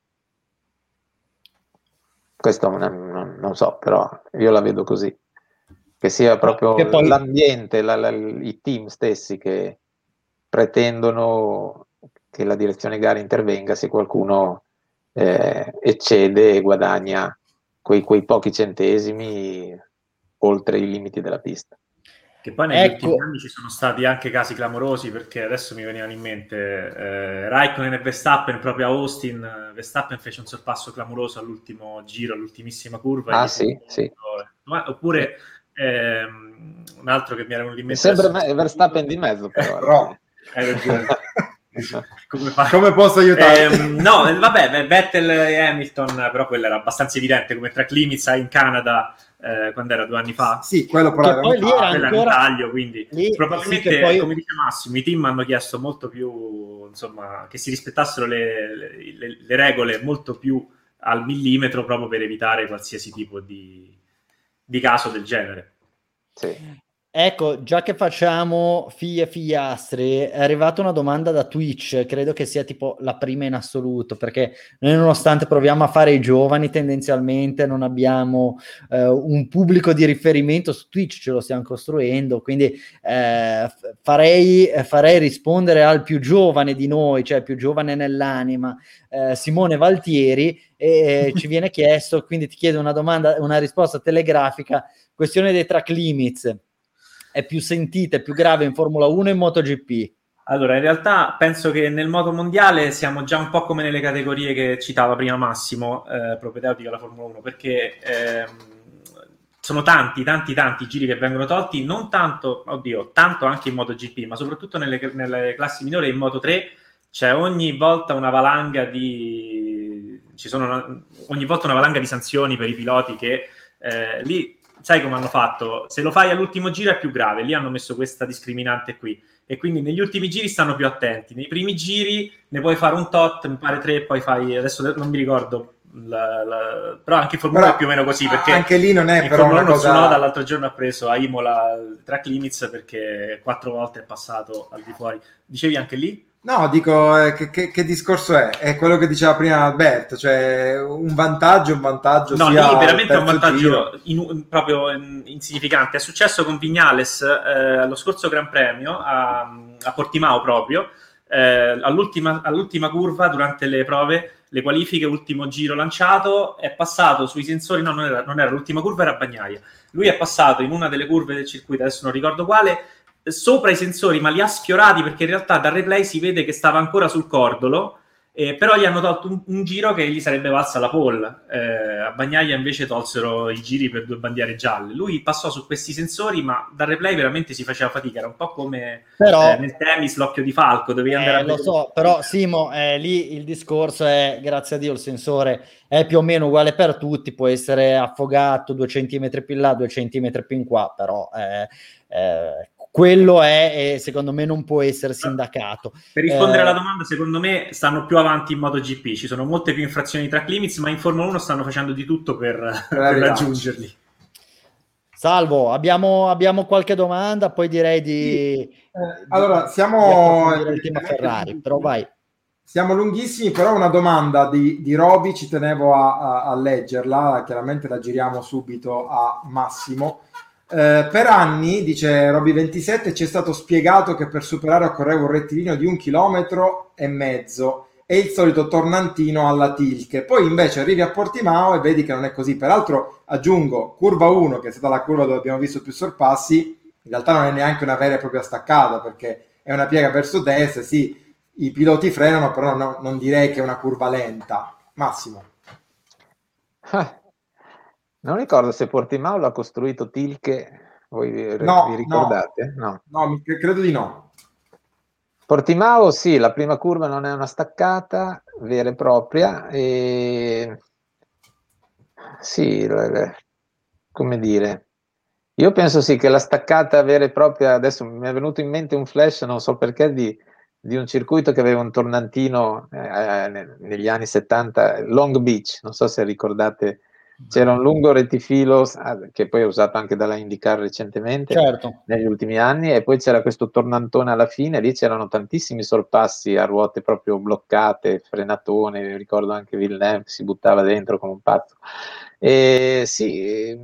Questo non so, però io la vedo così, che sia proprio poi l'ambiente, i team stessi che pretendono che la direzione gara intervenga se qualcuno eccede e guadagna quei pochi centesimi oltre i limiti della pista. Che poi negli ultimi anni ci sono stati anche casi clamorosi, perché adesso mi venivano in mente Raikkonen e Verstappen proprio a Austin. Verstappen fece un sorpasso clamoroso all'ultimo giro, all'ultimissima curva. Sì. Oppure un altro che mi era venuto in mente sempre Verstappen di mezzo, però hai ragione. Come posso aiutare? No, vabbè, Vettel e Hamilton, però quello era abbastanza evidente come track limits in Canada quando era 2 anni fa. Sì, quello però poi lì era ancora un taglio, quindi lì, probabilmente sì, poi... come dice Massimo, i team hanno chiesto molto più, insomma, che si rispettassero le regole molto più al millimetro, proprio per evitare qualsiasi tipo di caso del genere. Sì. Ecco, già che facciamo figli e figliastri, è arrivata una domanda da Twitch, credo che sia tipo la prima in assoluto, perché noi nonostante proviamo a fare i giovani, tendenzialmente non abbiamo un pubblico di riferimento su Twitch, ce lo stiamo costruendo, quindi farei rispondere al più giovane di noi, cioè più giovane nell'anima, Simone Valtieri, e ci viene chiesto, quindi ti chiedo una risposta telegrafica, questione dei track limits. È più sentita, è più grave in Formula 1 e in MotoGP? Allora, in realtà penso che nel moto mondiale siamo già un po' come nelle categorie che citava prima Massimo, propedeutiche alla Formula 1, perché sono tanti giri che vengono tolti, non tanto, tanto anche in MotoGP, ma soprattutto nelle classi minori. In Moto 3 c'è ogni volta una valanga di sanzioni per i piloti che lì... Sai come hanno fatto? Se lo fai all'ultimo giro è più grave, lì hanno messo questa discriminante qui, e quindi negli ultimi giri stanno più attenti. Nei primi giri ne puoi fare un tot, mi pare 3, poi fai, adesso non mi ricordo, però anche in Formula 1 è più o meno così, perché anche lì non è in però Formula 1 cosa... Tsunoda l'altro giorno ha preso a Imola il track limits perché 4 volte è passato al di fuori. Dicevi anche lì? No, dico, che discorso è? È quello che diceva prima Alberto, cioè un vantaggio no, sia lì veramente è un vantaggio proprio insignificante. È successo con Viñales allo scorso Gran Premio a Portimao proprio, all'ultima curva durante le prove, le qualifiche, ultimo giro lanciato, è passato sui sensori, no, non era l'ultima curva, era Bagnaia. Lui è passato in una delle curve del circuito, adesso non ricordo quale, sopra i sensori, ma li ha sfiorati, perché in realtà dal replay si vede che stava ancora sul cordolo, Però gli hanno tolto un giro che gli sarebbe valsa la pole. A Bagnaia invece tolsero i giri per 2 bandiere gialle. Lui passò su questi sensori, ma dal replay veramente si faceva fatica. Era un po' come Però, nel tennis l'occhio di falco, dovevi andare a lo vedere. so, però Simo, lì il discorso è, grazie a Dio, il sensore è più o meno uguale per tutti, può essere affogato 2 centimetri più in là, 2 centimetri più in qua, però quello è, e secondo me non può essere sindacato. Per rispondere alla domanda, secondo me stanno più avanti in MotoGP, ci sono molte più infrazioni di track limits, ma in Formula 1 stanno facendo di tutto per raggiungerli. Salvo, abbiamo qualche domanda, poi direi di allora, approfondire il tema Ferrari, però vai. Siamo lunghissimi, però una domanda di Roby, ci tenevo a leggerla, chiaramente la giriamo subito a Massimo. Per anni, dice Roby 27, ci è stato spiegato che per superare occorreva un rettilineo di 1,5 chilometri e il solito tornantino alla Tilke. Poi invece arrivi a Portimao e vedi che non è così. Peraltro aggiungo, curva 1, che è stata la curva dove abbiamo visto più sorpassi, in realtà non è neanche una vera e propria staccata, perché è una piega verso destra, sì, i piloti frenano, però non direi che è una curva lenta. Massimo. Non ricordo se Portimao l'ha costruito Tilke, voi vi ricordate? No, credo di no. Portimao sì, la prima curva non è una staccata vera e propria, e sì, come dire, io penso sì che la staccata vera e propria, adesso mi è venuto in mente un flash, non so perché, di un circuito che aveva un tornantino negli anni 70, Long Beach, non so se ricordate, c'era un lungo rettifilo che poi è usato anche dalla IndyCar recentemente, certo, negli ultimi anni, e poi c'era questo tornantone alla fine, lì c'erano tantissimi sorpassi a ruote proprio bloccate, frenatone, ricordo anche Villeneuve si buttava dentro come un pazzo. E sì,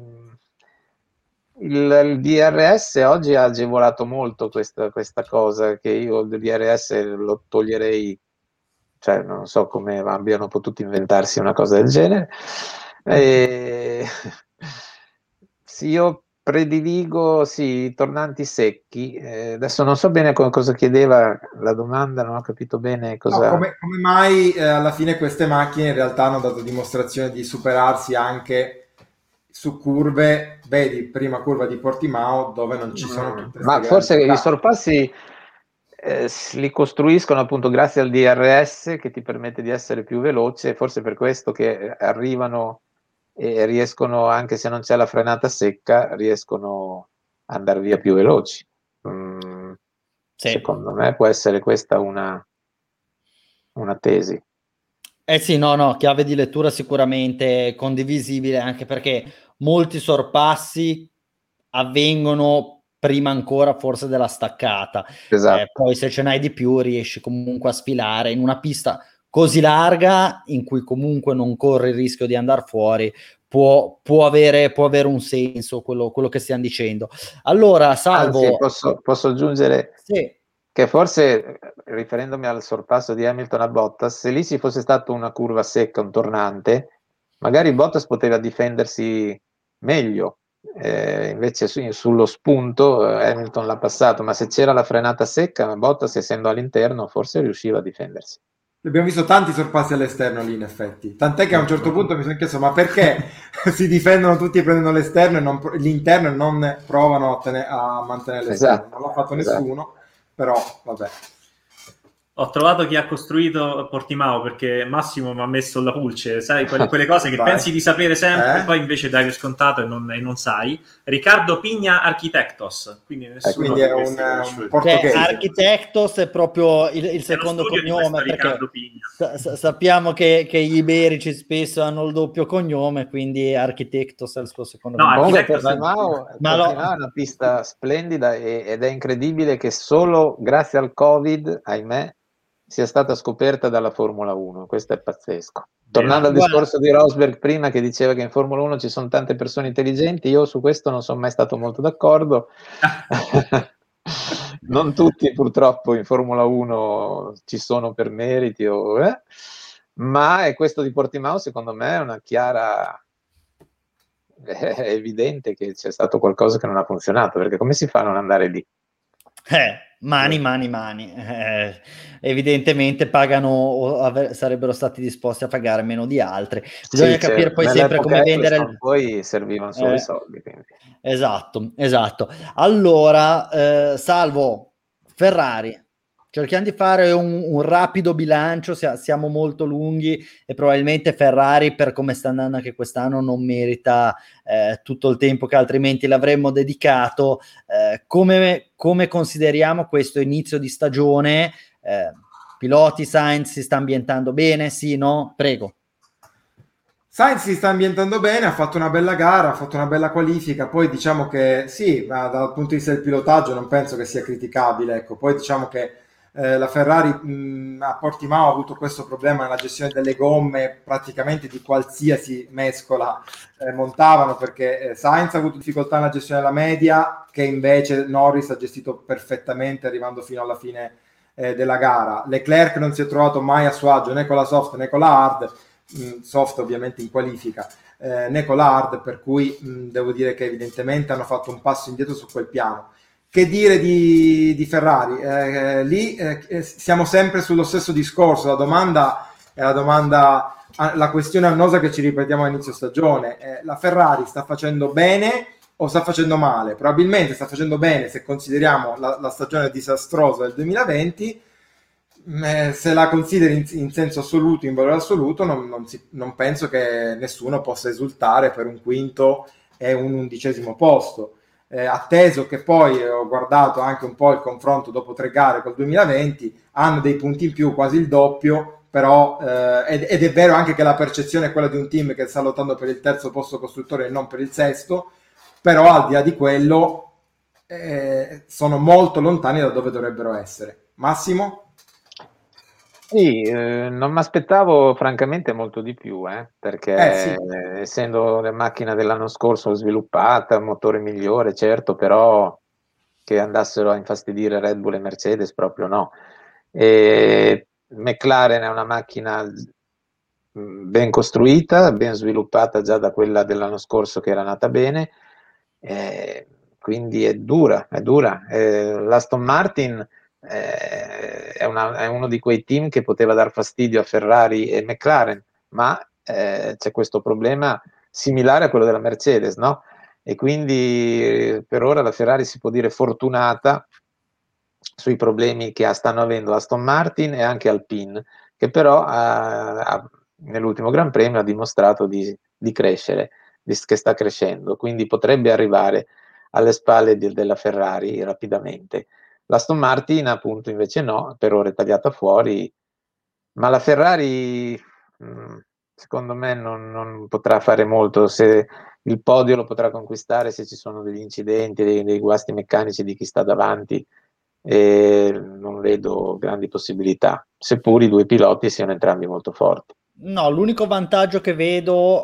il DRS oggi ha agevolato molto questa cosa, che io il DRS lo toglierei, cioè non so come abbiano potuto inventarsi una cosa del genere. Sì, io prediligo i tornanti secchi. Adesso non so bene cosa chiedeva la domanda, non ho capito bene cosa. No, come mai alla fine queste macchine in realtà hanno dato dimostrazione di superarsi anche su curve, vedi, prima curva di Portimao dove non ci sono tutte queste ma forse grandi i sorpassi li costruiscono appunto grazie al DRS che ti permette di essere più veloce, forse per questo che arrivano e riescono, anche se non c'è la frenata secca, riescono ad andare via più veloci. sì. Secondo me può essere questa una tesi. Sì, no, chiave di lettura sicuramente condivisibile, anche perché molti sorpassi avvengono prima ancora forse della staccata. Esatto. Poi se ce n'hai di più riesci comunque a sfilare in una pista così larga in cui comunque non corre il rischio di andare fuori, può avere un senso quello che stiamo dicendo. Allora, Salvo... Anzi, posso aggiungere... Sì. Che forse, riferendomi al sorpasso di Hamilton a Bottas, se lì ci fosse stata una curva secca, un tornante, magari Bottas poteva difendersi meglio. Invece sullo spunto Hamilton l'ha passato, ma se c'era la frenata secca, Bottas, essendo all'interno, forse riusciva a difendersi. Abbiamo visto tanti sorpassi all'esterno lì in effetti, tant'è che a un certo punto mi sono chiesto ma perché si difendono tutti e prendono l'esterno e l'interno e non provano a mantenere l'esterno. Esatto, Non l'ha fatto nessuno, però vabbè. Ho trovato chi ha costruito Portimao, perché Massimo mi ha messo la pulce, sai, quelle cose che pensi di sapere sempre, poi invece dai per scontato e non sai. Riccardo Pigna Architectos, quindi nessuno quindi è un portoghese. Architectos è proprio il secondo cognome, perché sappiamo che gli iberici spesso hanno il doppio cognome, quindi Architectos è il suo secondo cognome. Portimao è una pista splendida ed è incredibile che solo grazie al Covid, ahimè, sia stata scoperta dalla Formula 1. Questo è pazzesco. Tornando al discorso di Rosberg prima, che diceva che in Formula 1 ci sono tante persone intelligenti, io su questo non sono mai stato molto d'accordo. Non tutti purtroppo in Formula 1 ci sono per meriti, ma è questo di Portimao secondo me è una chiara... È evidente che c'è stato qualcosa che non ha funzionato, perché come si fa a non andare lì? Mani. Evidentemente pagano o sarebbero stati disposti a pagare meno di altri. Bisogna capire poi sempre come vendere. Poi servivano solo i soldi. Quindi. Esatto. Allora, Salvo, Ferrari. Cerchiamo di fare un rapido bilancio, siamo molto lunghi e probabilmente Ferrari, per come sta andando anche quest'anno, non merita tutto il tempo che altrimenti l'avremmo dedicato. Come consideriamo questo inizio di stagione? Piloti, Sainz si sta ambientando bene? Sì, no? Prego. Sainz si sta ambientando bene, ha fatto una bella gara, ha fatto una bella qualifica, poi diciamo che sì, ma dal punto di vista del pilotaggio non penso che sia criticabile, ecco. Poi diciamo che la Ferrari a Portimao ha avuto questo problema nella gestione delle gomme, praticamente di qualsiasi mescola montavano, perché Sainz ha avuto difficoltà nella gestione della media, che invece Norris ha gestito perfettamente arrivando fino alla fine della gara. Leclerc non si è trovato mai a suo agio né con la soft né con la hard, soft ovviamente in qualifica, né con la hard, per cui devo dire che evidentemente hanno fatto un passo indietro su quel piano. Che dire di Ferrari? Lì siamo sempre sullo stesso discorso. La domanda è la questione annosa che ci ripetiamo all'inizio stagione. La Ferrari sta facendo bene o sta facendo male? Probabilmente sta facendo bene se consideriamo la stagione disastrosa del 2020. Se la consideri in senso assoluto, in valore assoluto, non penso che nessuno possa esultare per un quinto e un 11° posto. Atteso che poi ho guardato anche un po' il confronto dopo 3 gare col 2020, hanno dei punti in più, quasi il doppio, però ed è vero anche che la percezione è quella di un team che sta lottando per il 3° posto costruttore e non per il 6°, però al di là di quello sono molto lontani da dove dovrebbero essere. Massimo? Sì, non mi aspettavo francamente molto di più, perché Sì. essendo la macchina dell'anno scorso sviluppata, un motore migliore, certo, però che andassero a infastidire Red Bull e Mercedes proprio no. E McLaren è una macchina ben costruita, ben sviluppata già da quella dell'anno scorso che era nata bene, quindi è dura. L'Aston Martin è uno di quei team che poteva dar fastidio a Ferrari e McLaren, ma c'è questo problema similare a quello della Mercedes, no? E quindi per ora la Ferrari si può dire fortunata sui problemi che stanno avendo Aston Martin e anche Alpine, che però nell'ultimo Gran Premio ha dimostrato di crescere, che sta crescendo, quindi potrebbe arrivare alle spalle della Ferrari rapidamente. L'Aston Martin appunto invece no, per ora è tagliata fuori, ma la Ferrari secondo me non potrà fare molto. Se il podio lo potrà conquistare se ci sono degli incidenti, dei guasti meccanici di chi sta davanti, e non vedo grandi possibilità, seppur i 2 piloti siano entrambi molto forti. No, l'unico vantaggio che vedo,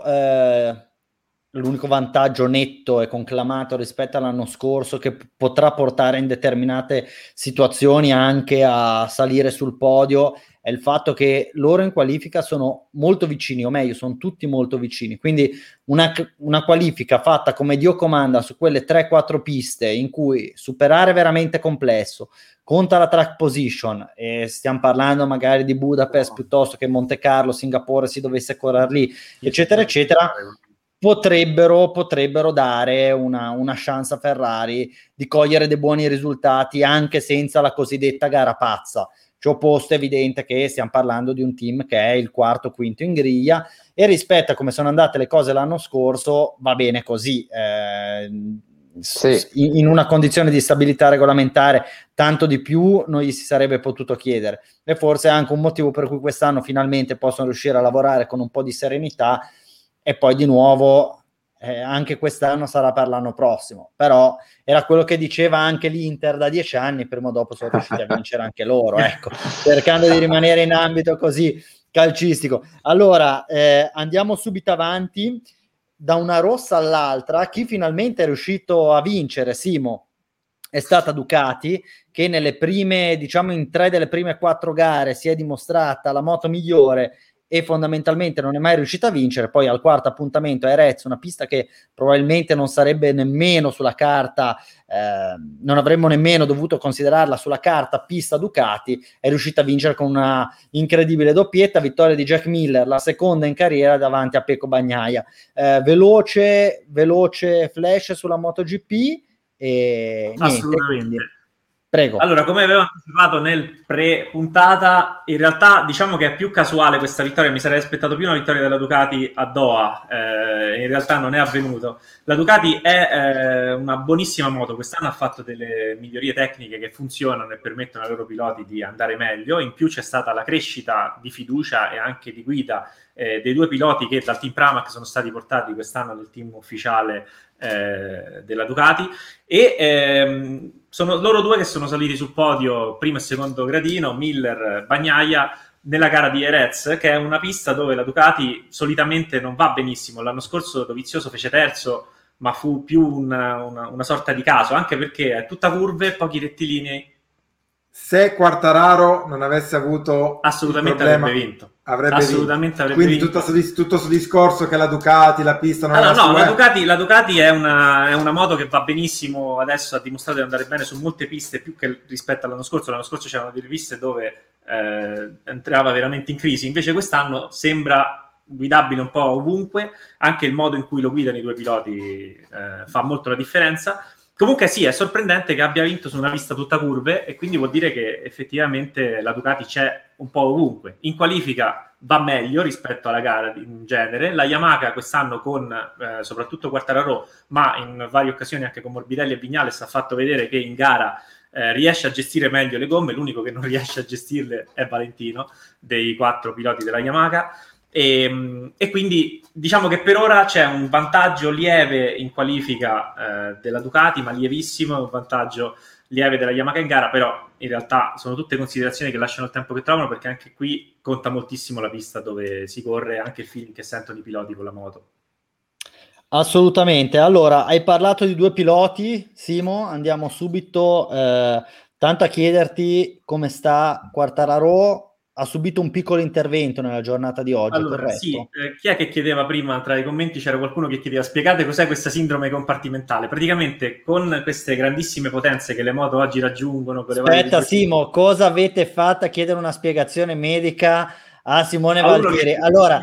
l'unico vantaggio netto e conclamato rispetto all'anno scorso, che potrà portare in determinate situazioni anche a salire sul podio, è il fatto che loro in qualifica sono molto vicini, o meglio, sono tutti molto vicini. Quindi una qualifica fatta come Dio comanda su quelle 3-4 piste in cui superare è veramente complesso, conta la track position, e stiamo parlando magari di Budapest piuttosto che Monte Carlo, Singapore, si dovesse correre lì, eccetera, eccetera, potrebbero dare una chance a Ferrari di cogliere dei buoni risultati anche senza la cosiddetta gara pazza. Ciò posto è evidente che stiamo parlando di un team che è il 4º, 5º in griglia, e rispetto a come sono andate le cose l'anno scorso va bene così. Sì. In una condizione di stabilità regolamentare tanto di più non gli si sarebbe potuto chiedere, e forse è anche un motivo per cui quest'anno finalmente possono riuscire a lavorare con un po' di serenità, e poi di nuovo anche quest'anno sarà per l'anno prossimo, però era quello che diceva anche l'Inter da 10 anni, prima o dopo sono riusciti a vincere anche loro, ecco, cercando di rimanere in ambito così calcistico. Allora andiamo subito avanti. Da una rossa all'altra, chi finalmente è riuscito a vincere, Simo, è stata Ducati, che nelle prime, diciamo in 3 delle prime 4 gare si è dimostrata la moto migliore e fondamentalmente non è mai riuscita a vincere. Poi al quarto appuntamento a Jerez, una pista che probabilmente non sarebbe nemmeno sulla carta, non avremmo nemmeno dovuto considerarla sulla carta pista Ducati, è riuscita a vincere con una incredibile doppietta, vittoria di Jack Miller, la seconda in carriera davanti a Pecco Bagnaia. Veloce flash sulla MotoGP e assolutamente. Niente, prego. Allora, come avevo anticipato nel pre-puntata, in realtà diciamo che è più casuale questa vittoria, mi sarei aspettato più una vittoria della Ducati a Doha, in realtà non è avvenuto. La Ducati è una buonissima moto, quest'anno ha fatto delle migliorie tecniche che funzionano e permettono ai loro piloti di andare meglio, in più c'è stata la crescita di fiducia e anche di guida dei due piloti che dal team Pramac sono stati portati quest'anno nel team ufficiale della Ducati e sono loro due che sono saliti sul podio primo e secondo gradino, Miller, Bagnaia, nella gara di Jerez, che è una pista dove la Ducati solitamente non va benissimo. L'anno scorso Dovizioso fece terzo, ma fu più una sorta di caso, anche perché è tutta curve, pochi rettilinei. Se Quartararo non avesse avuto assolutamente il problema, avrebbe vinto. Assolutamente avrebbe quindi vinto. Tutto sto discorso che la Ducati, la pista non è la Ducati è una moto che va benissimo, adesso ha dimostrato di andare bene su molte piste, più che rispetto all'anno scorso. L'anno scorso c'erano delle piste dove entrava veramente in crisi, invece quest'anno sembra guidabile un po' ovunque, anche il modo in cui lo guidano i due piloti fa molto la differenza. Comunque sì, è sorprendente che abbia vinto su una pista tutta curve e quindi vuol dire che effettivamente la Ducati c'è un po' ovunque. In qualifica va meglio rispetto alla gara in genere. La Yamaha quest'anno con soprattutto Quartararo, ma in varie occasioni anche con Morbidelli e Viñales, ha fatto vedere che in gara riesce a gestire meglio le gomme. L'unico che non riesce a gestirle è Valentino, dei 4 piloti della Yamaha. E quindi diciamo che per ora c'è un vantaggio lieve in qualifica della Ducati, ma lievissimo, un vantaggio lieve della Yamaha in gara, però in realtà sono tutte considerazioni che lasciano il tempo che trovano, perché anche qui conta moltissimo la pista dove si corre, anche il feeling che sentono i piloti con la moto. Assolutamente. Allora, hai parlato di due piloti, Simo, andiamo subito tanto a chiederti come sta Quartararo. Ha subito un piccolo intervento nella giornata di oggi, allora, corretto? Sì, chi è che chiedeva prima tra i commenti? C'era qualcuno che chiedeva: spiegate cos'è questa sindrome compartimentale. Praticamente con queste grandissime potenze che le moto oggi raggiungono con aspetta, Simo, cosa avete fatto a chiedere una spiegazione medica a Simone Valtieri? Allora,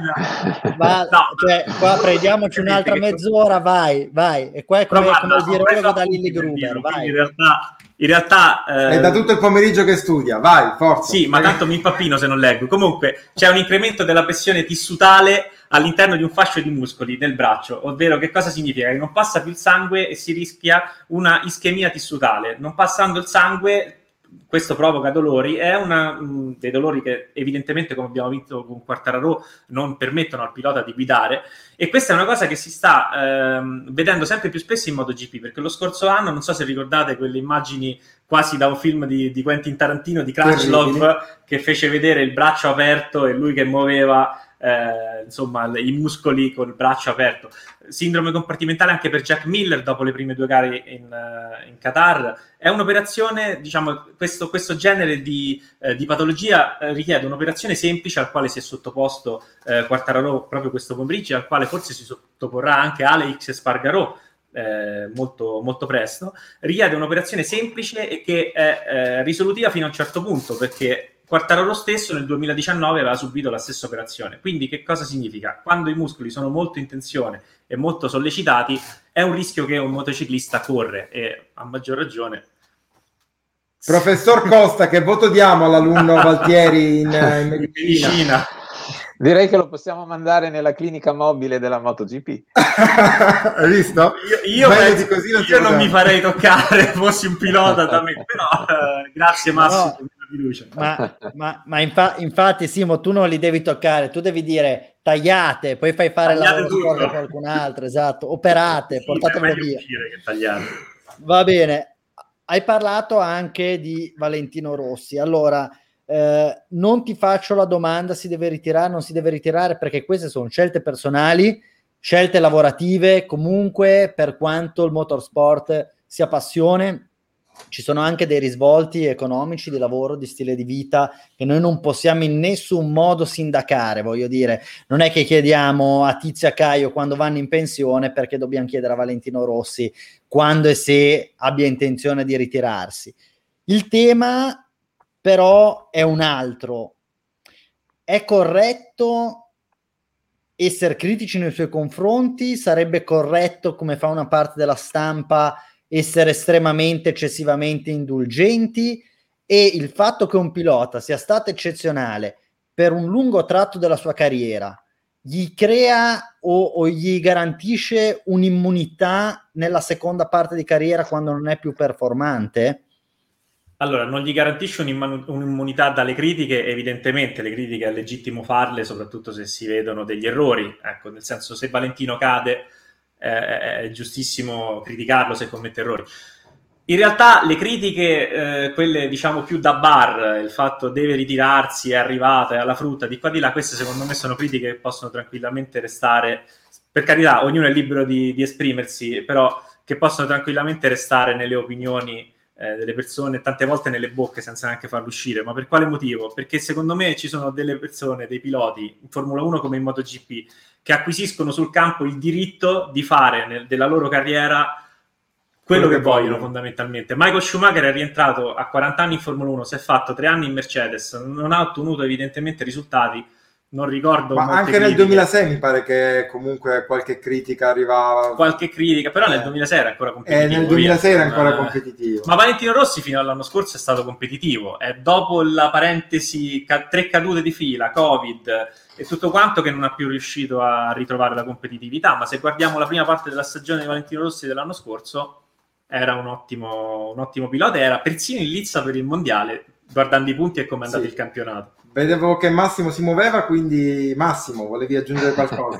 qua prendiamoci un'altra mezz'ora, vai, e qua è come il virologo da Lilli Gruber, vai. In realtà è da tutto il pomeriggio che studia, vai, forza. Sì, ma tanto mi impappino se non leggo. Comunque c'è un incremento della pressione tissutale all'interno di un fascio di muscoli nel braccio, ovvero che cosa significa? Che non passa più il sangue e si rischia una ischemia tissutale. Non passando il sangue, questo provoca dolori, è dei dolori che evidentemente, come abbiamo visto con Quartararo, non permettono al pilota di guidare, e questa è una cosa che si sta vedendo sempre più spesso in MotoGP, perché lo scorso anno, non so se ricordate quelle immagini quasi da un film di Quentin Tarantino, di Crutchlow, che fece vedere il braccio aperto e lui che muoveva insomma i muscoli col braccio aperto. Sindrome compartimentale anche per Jack Miller dopo le prime 2 gare in Qatar. È un'operazione, diciamo, questo genere di patologia richiede un'operazione semplice al quale si è sottoposto Quartararo proprio questo pomeriggio, al quale forse si sottoporrà anche Alex Espargaró molto, molto presto. Richiede un'operazione semplice e che è risolutiva fino a un certo punto, perché Quartararo stesso nel 2019 aveva subito la stessa operazione. Quindi che cosa significa? Quando i muscoli sono molto in tensione e molto sollecitati, è un rischio che un motociclista corre, e a maggior ragione. Professor Costa, che voto diamo all'alunno Valtieri in medicina? Direi che lo possiamo mandare nella clinica mobile della MotoGP. Hai visto? Io non mi farei toccare, fossi un pilota da me, però grazie Massimo. No, ma infatti Simo, tu non li devi toccare, tu devi dire tagliate, poi fai fare la lavoro a qualcun altro, esatto, operate, sì, portatelo via. Va bene, hai parlato anche di Valentino Rossi, allora non ti faccio la domanda si deve ritirare, non si deve ritirare, perché queste sono scelte personali, scelte lavorative. Comunque, per quanto il motorsport sia passione, ci sono anche dei risvolti economici, di lavoro, di stile di vita che noi non possiamo in nessun modo sindacare, voglio dire, non è che chiediamo a Tizia Caio quando vanno in pensione, perché dobbiamo chiedere a Valentino Rossi quando e se abbia intenzione di ritirarsi. Il tema però è un altro. È corretto essere critici nei suoi confronti? Sarebbe corretto, come fa una parte della stampa, essere estremamente, eccessivamente indulgenti? E il fatto che un pilota sia stato eccezionale per un lungo tratto della sua carriera gli crea o gli garantisce un'immunità nella seconda parte di carriera quando non è più performante? Allora, non gli garantisce un'immunità dalle critiche, evidentemente le critiche è legittimo farle, soprattutto se si vedono degli errori, ecco, nel senso, se Valentino cade è giustissimo criticarlo se commette errori. In realtà le critiche, quelle diciamo più da bar, il fatto deve ritirarsi, è arrivata, è alla frutta, di qua di là, queste secondo me sono critiche che possono tranquillamente restare, per carità, ognuno è libero di esprimersi, però che possono tranquillamente restare nelle opinioni delle persone, tante volte nelle bocche senza neanche farlo uscire. Ma per quale motivo? Perché secondo me ci sono delle persone, dei piloti in Formula 1 come in MotoGP, che acquisiscono sul campo il diritto di fare della loro carriera quello che vogliono fondamentalmente. Michael Schumacher è rientrato a 40 anni in Formula 1, si è fatto 3 anni in Mercedes, non ha ottenuto evidentemente risultati, non ricordo. Ma anche nel 2006 mi pare che comunque qualche critica arrivava. Qualche critica, però nel 2006 era ancora competitivo. Nel 2006 era ancora competitivo. Ma Valentino Rossi fino all'anno scorso è stato competitivo. È dopo la parentesi 3 cadute di fila, Covid e tutto quanto, che non ha più riuscito a ritrovare la competitività. Ma se guardiamo la prima parte della stagione di Valentino Rossi dell'anno scorso, era un ottimo pilota, era persino in lizza per il mondiale, guardando i punti e come è andato il campionato. Vedevo che Massimo si muoveva, quindi Massimo, volevi aggiungere qualcosa?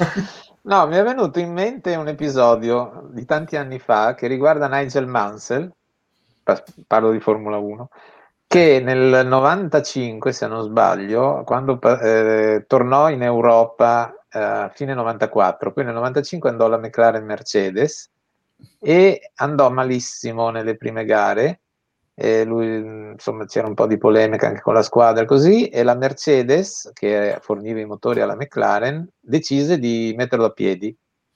No, mi è venuto in mente un episodio di tanti anni fa che riguarda Nigel Mansell, parlo di Formula 1, che nel 95, se non sbaglio, quando tornò in Europa a fine 94, poi nel 95 andò alla McLaren Mercedes e andò malissimo nelle prime gare. E lui, insomma, c'era un po' di polemica anche con la squadra così, e la Mercedes, che forniva i motori alla McLaren, decise di metterlo a piedi.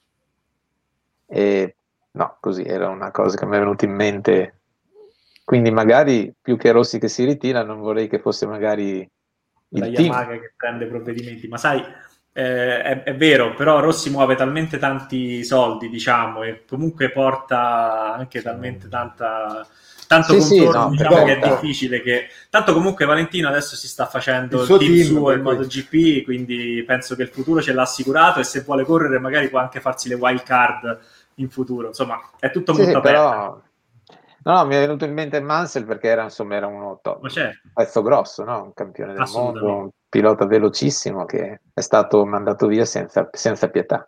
E no, così era una cosa che mi è venuta in mente. Quindi magari più che Rossi che si ritira, non vorrei che fosse magari la Yamaha che prende provvedimenti, ma sai, è vero, però Rossi muove talmente tanti soldi, diciamo, e comunque porta anche talmente tanto contorno, diciamo, che è difficile che... Tanto comunque Valentino adesso si sta facendo il team suo in MotoGP, quindi penso che il futuro ce l'ha assicurato, e se vuole correre magari può anche farsi le wild card in futuro, insomma è tutto molto aperto. Però... No, mi è venuto in mente Mansell perché era uno pezzo grosso, no? Un campione del mondo, un pilota velocissimo che è stato mandato via senza pietà.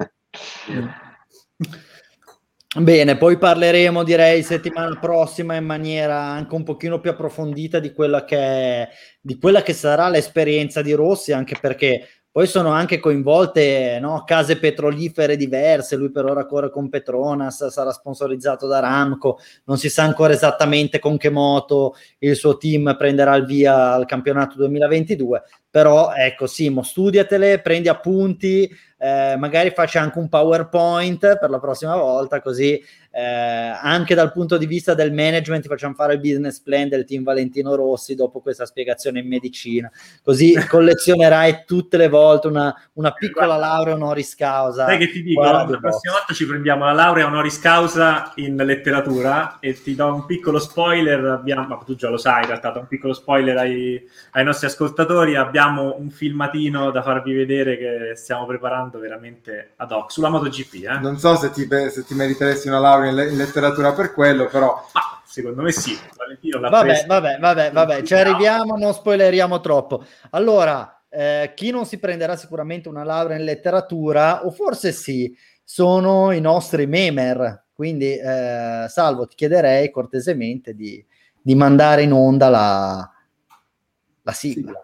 Bene, poi parleremo, direi, settimana prossima in maniera anche un pochino più approfondita di quella che sarà l'esperienza di Rossi, anche perché poi sono anche coinvolte, no, case petrolifere diverse. Lui per ora corre con Petronas, sarà sponsorizzato da Aramco, non si sa ancora esattamente con che moto il suo team prenderà il via al campionato 2022, però ecco, Simo, studiatele, prendi appunti, magari faccia anche un PowerPoint per la prossima volta, così anche dal punto di vista del management facciamo fare il business plan del team Valentino Rossi dopo questa spiegazione in medicina, così collezionerai tutte le volte una piccola laurea honoris causa. Sai che ti dico, la prossima volta ci prendiamo la laurea honoris causa in letteratura, e ti do un piccolo spoiler, ma tu già lo sai in realtà, do un piccolo spoiler ai nostri ascoltatori, abbiamo un filmatino da farvi vedere che stiamo preparando veramente ad hoc sulla MotoGP. Non so se ti meriteresti una laurea in letteratura per quello, però secondo me sì. Valentino l'ha vabbè, ci arriviamo, non spoileriamo troppo. Allora, chi non si prenderà sicuramente una laurea in letteratura, o forse sì, sono i nostri memer, quindi Salvo, ti chiederei cortesemente di mandare in onda la sigla.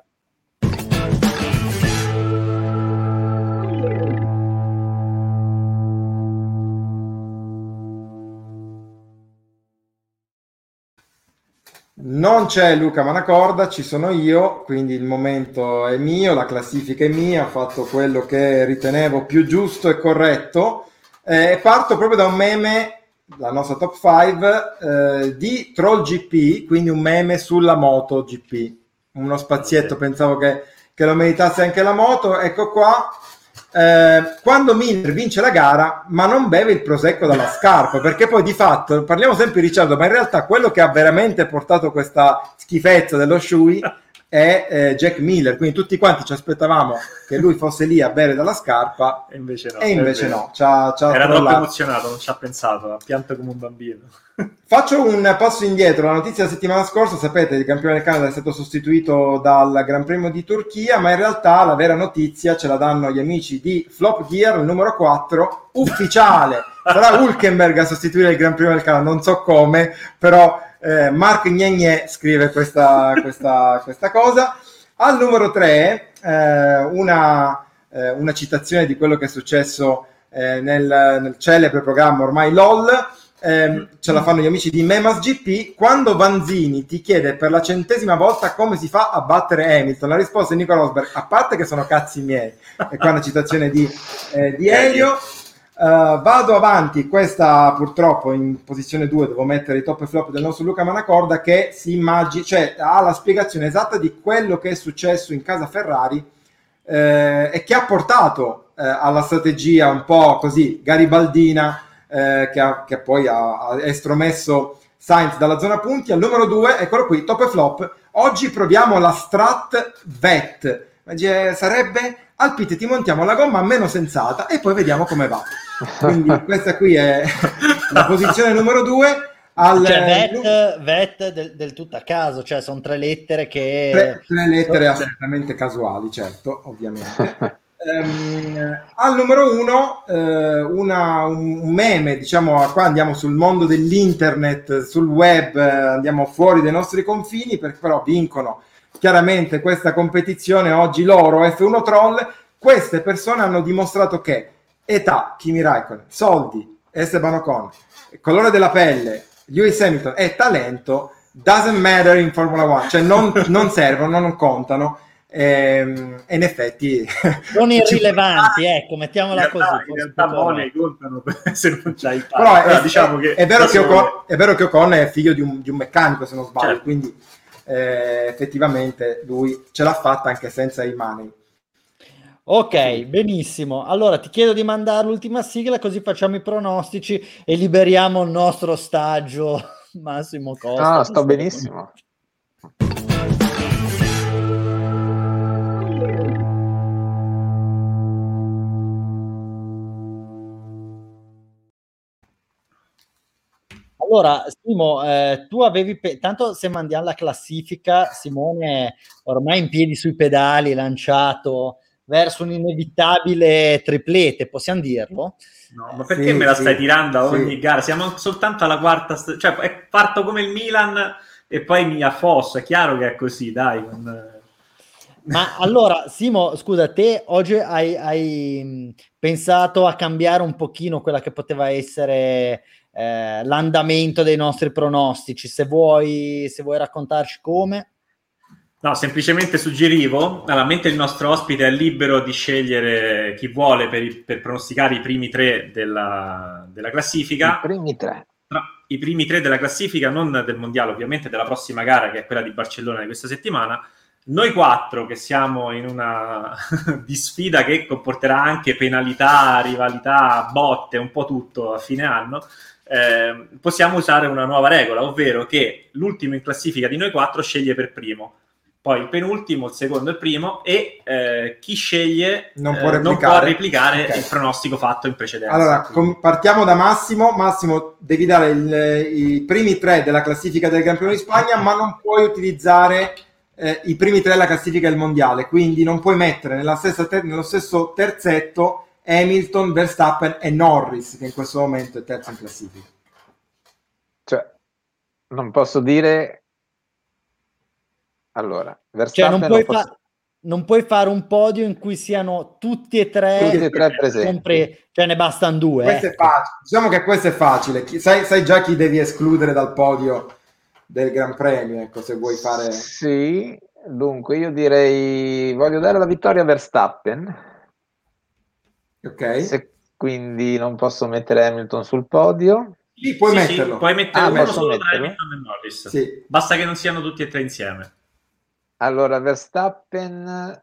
Non c'è Luca Manacorda, ci sono io, quindi il momento è mio, la classifica è mia, ho fatto quello che ritenevo più giusto e corretto. Parto proprio da un meme, la nostra top 5, di Troll GP, quindi un meme sulla moto GP. Uno spazietto, pensavo che lo meritasse anche la moto. Ecco qua. Quando Miller vince la gara ma non beve il prosecco dalla scarpa, perché poi di fatto parliamo sempre di Ricciardo, ma in realtà quello che ha veramente portato questa schifezza dello Shui è Jack Miller, quindi tutti quanti ci aspettavamo che lui fosse lì a bere dalla scarpa e invece no, C'ha era troppo emozionato, non ci ha pensato, ha pianto come un bambino. Faccio un passo indietro. La notizia della settimana scorsa, sapete, il campione del Canada è stato sostituito dal Gran Premio di Turchia, ma in realtà la vera notizia ce la danno gli amici di Flop Gear, il numero 4 ufficiale. Sarà Hülkenberg a sostituire il Gran Premio del Canada, non so come, però Mark Gnegne scrive questa cosa. Al numero 3 una citazione di quello che è successo nel celebre programma ormai LOL. Ce la fanno gli amici di Memas GP. Quando Vanzini ti chiede per la 100ª volta come si fa a battere Hamilton, la risposta di Nico Rosberg, a parte che sono cazzi miei, e qua una citazione di Elio. Vado avanti, questa purtroppo in posizione 2 devo mettere i top e flop del nostro Luca Manacorda, che si immagina, cioè ha la spiegazione esatta di quello che è successo in casa Ferrari e che ha portato alla strategia un po' così garibaldina che poi ha estromesso Sainz dalla zona punti. Al numero 2, eccolo qui, top e flop. Oggi proviamo la Strat Vet, sarebbe al pit ti montiamo la gomma meno sensata e poi vediamo come va. Quindi questa qui è la posizione numero 2. Vet del tutto a caso, cioè sono 3 lettere che... Tre lettere assolutamente casuali, certo, ovviamente. Al numero 1 un meme, diciamo, qua andiamo sul mondo dell'internet, sul web, andiamo fuori dai nostri confini, perché però vincono chiaramente questa competizione oggi loro, F1 Troll. Queste persone hanno dimostrato che età, Kimi Raikkonen, soldi, Esteban Ocon, colore della pelle, Lewis Hamilton e talento doesn't matter in Formula 1, cioè non servono, non contano. In effetti sono irrilevanti, ecco, mettiamola così. In realtà money contano se non c'hai il però diciamo che è vero che Ocon è figlio di un meccanico, se non sbaglio, certo. Quindi effettivamente lui ce l'ha fatta anche senza i money. Ok, benissimo. Allora ti chiedo di mandare l'ultima sigla, così facciamo i pronostici e liberiamo il nostro ostaggio Massimo Costa. Sto benissimo. Allora, Simo, tu avevi... tanto se mandiamo la classifica, Simone è ormai in piedi sui pedali, lanciato verso un inevitabile triplete, possiamo dirlo? No, ma perché me la stai tirando a ogni gara? Siamo soltanto alla quarta, cioè parto come il Milan e poi mi affosso, è chiaro che è così, dai. Ma allora, Simo, scusa, te oggi hai pensato a cambiare un pochino quella che poteva essere l'andamento dei nostri pronostici, se vuoi raccontarci come? No, semplicemente suggerivo, mentre il nostro ospite è libero di scegliere chi vuole per pronosticare i primi 3 della classifica. I primi 3 della classifica, non del mondiale, ovviamente della prossima gara, che è quella di Barcellona di questa settimana. Noi 4 che siamo in una di sfida che comporterà anche penalità, rivalità, botte, un po' tutto a fine anno, possiamo usare una nuova regola, ovvero che l'ultimo in classifica di noi 4 sceglie per primo, poi il penultimo, il secondo e il primo, e chi sceglie non può replicare okay. Il pronostico fatto in precedenza. Allora, partiamo da Massimo. Massimo, devi dare i primi 3 della classifica del Gran Premio di Spagna, ma non puoi utilizzare i primi 3 della classifica del mondiale, quindi non puoi mettere nello stesso terzetto Hamilton, Verstappen e Norris, che in questo momento è terzo in classifica. Cioè, non posso dire... Allora, Verstappen non puoi fare un podio in cui siano tutti e tre presenti. Cioè ne bastano 2. Questo è facile. Diciamo che questo è facile. Sai già chi devi escludere dal podio del Gran Premio, ecco, se vuoi fare... Sì, dunque io direi, voglio dare la vittoria a Verstappen, Ok? quindi non posso mettere Hamilton sul podio. Sì, puoi Sì, metterlo. puoi mettere uno posso solo tra metterlo? Hamilton e Norris. Sì. Basta che non siano tutti e tre insieme. Allora, Verstappen,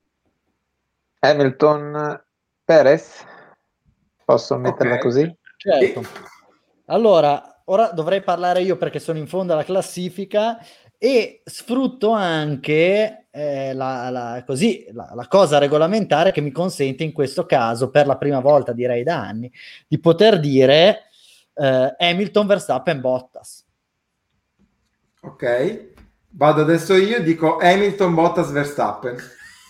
Hamilton, Perez, posso metterla Ok. così? Certo. Sì. Allora, ora dovrei parlare io perché sono in fondo alla classifica e sfrutto anche la cosa regolamentare che mi consente in questo caso, per la prima volta direi da anni, di poter dire Hamilton, Verstappen, Bottas. Ok. Vado adesso io, dico Hamilton, Bottas, Verstappen.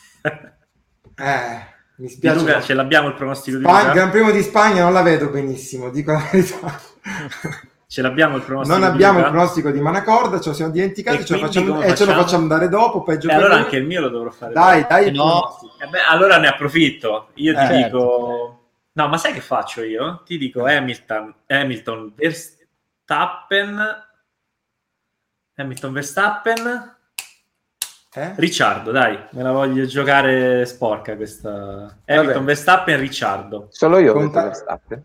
Mi Di spiace. Luca, ma- ce l'abbiamo il pronostico di Luca? Gran Premio di Spagna non la vedo benissimo, dico la verità. Ce l'abbiamo il pronostico Non di abbiamo il Luca? pronostico di Manacorda, ce lo siamo dimenticati, E ce lo quindi facciamo, come ce lo facciamo? facciamo dare dopo, peggio E per allora lui. anche il mio lo dovrò fare. Dai il No. pronostico. Beh, allora ne approfitto. Io ti Certo. dico... No, ma sai che faccio io? Ti dico Hamilton, Verstappen... Ricciardo, dai, me la voglio giocare sporca questa. Hamilton, Verstappen, Ricciardo. Solo io ho detto Conta- Verstappen.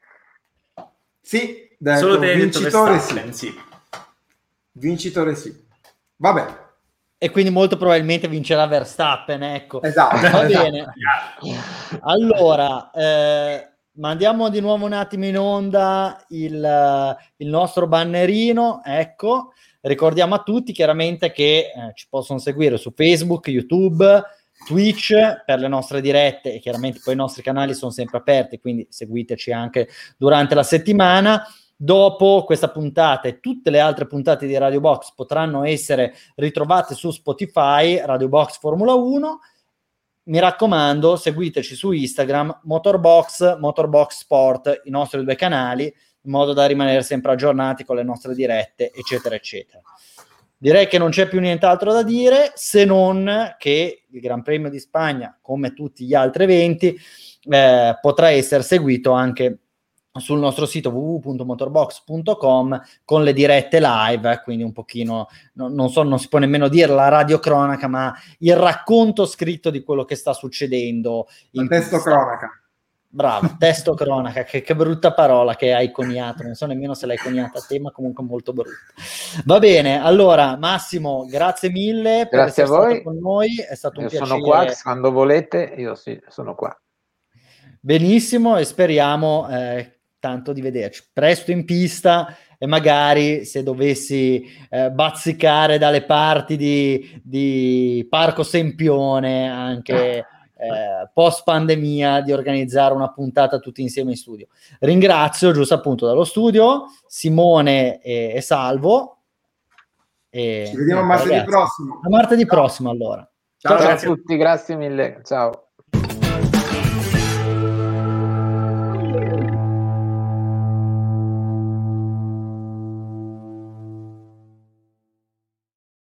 Sì, dai, Solo te hai detto vincitore Verstappen, sì. sì. Vincitore sì. Vabbè. E quindi molto probabilmente vincerà Verstappen, ecco. Esatto. Va esatto. bene. Allora, mandiamo di nuovo un attimo in onda il nostro bannerino, ecco. Ricordiamo a tutti chiaramente che ci possono seguire su Facebook, YouTube, Twitch per le nostre dirette e chiaramente poi i nostri canali sono sempre aperti, quindi seguiteci anche durante la settimana. Dopo questa puntata e tutte le altre puntate di Radio Box potranno essere ritrovate su Spotify, Radio Box Formula 1. Mi raccomando, seguiteci su Instagram, Motorbox Sport, i nostri due canali, in modo da rimanere sempre aggiornati con le nostre dirette, eccetera, eccetera. Direi che non c'è più nient'altro da dire, se non che il Gran Premio di Spagna, come tutti gli altri eventi, potrà essere seguito anche sul nostro sito www.motorbox.com con le dirette live, quindi un pochino, non si può nemmeno dire la radiocronaca, ma il racconto scritto di quello che sta succedendo. Il testo cronaca. Bravo, testo cronaca, che brutta parola che hai coniato, non so nemmeno se l'hai coniata a te, ma comunque molto brutta. Va bene, allora Massimo, grazie mille per Grazie essere a voi. stato con noi, è stato un piacere. Sono qua, quando volete, io sì, sono qua. Benissimo, e speriamo tanto di vederci presto in pista e magari se dovessi bazzicare dalle parti di Parco Sempione anche post pandemia di organizzare una puntata tutti insieme in studio. Ringrazio giusto appunto dallo studio Simone e Salvo. Ci vediamo martedì prossimo. A martedì prossimo allora. Ciao Ciao a tutti, grazie mille. Ciao.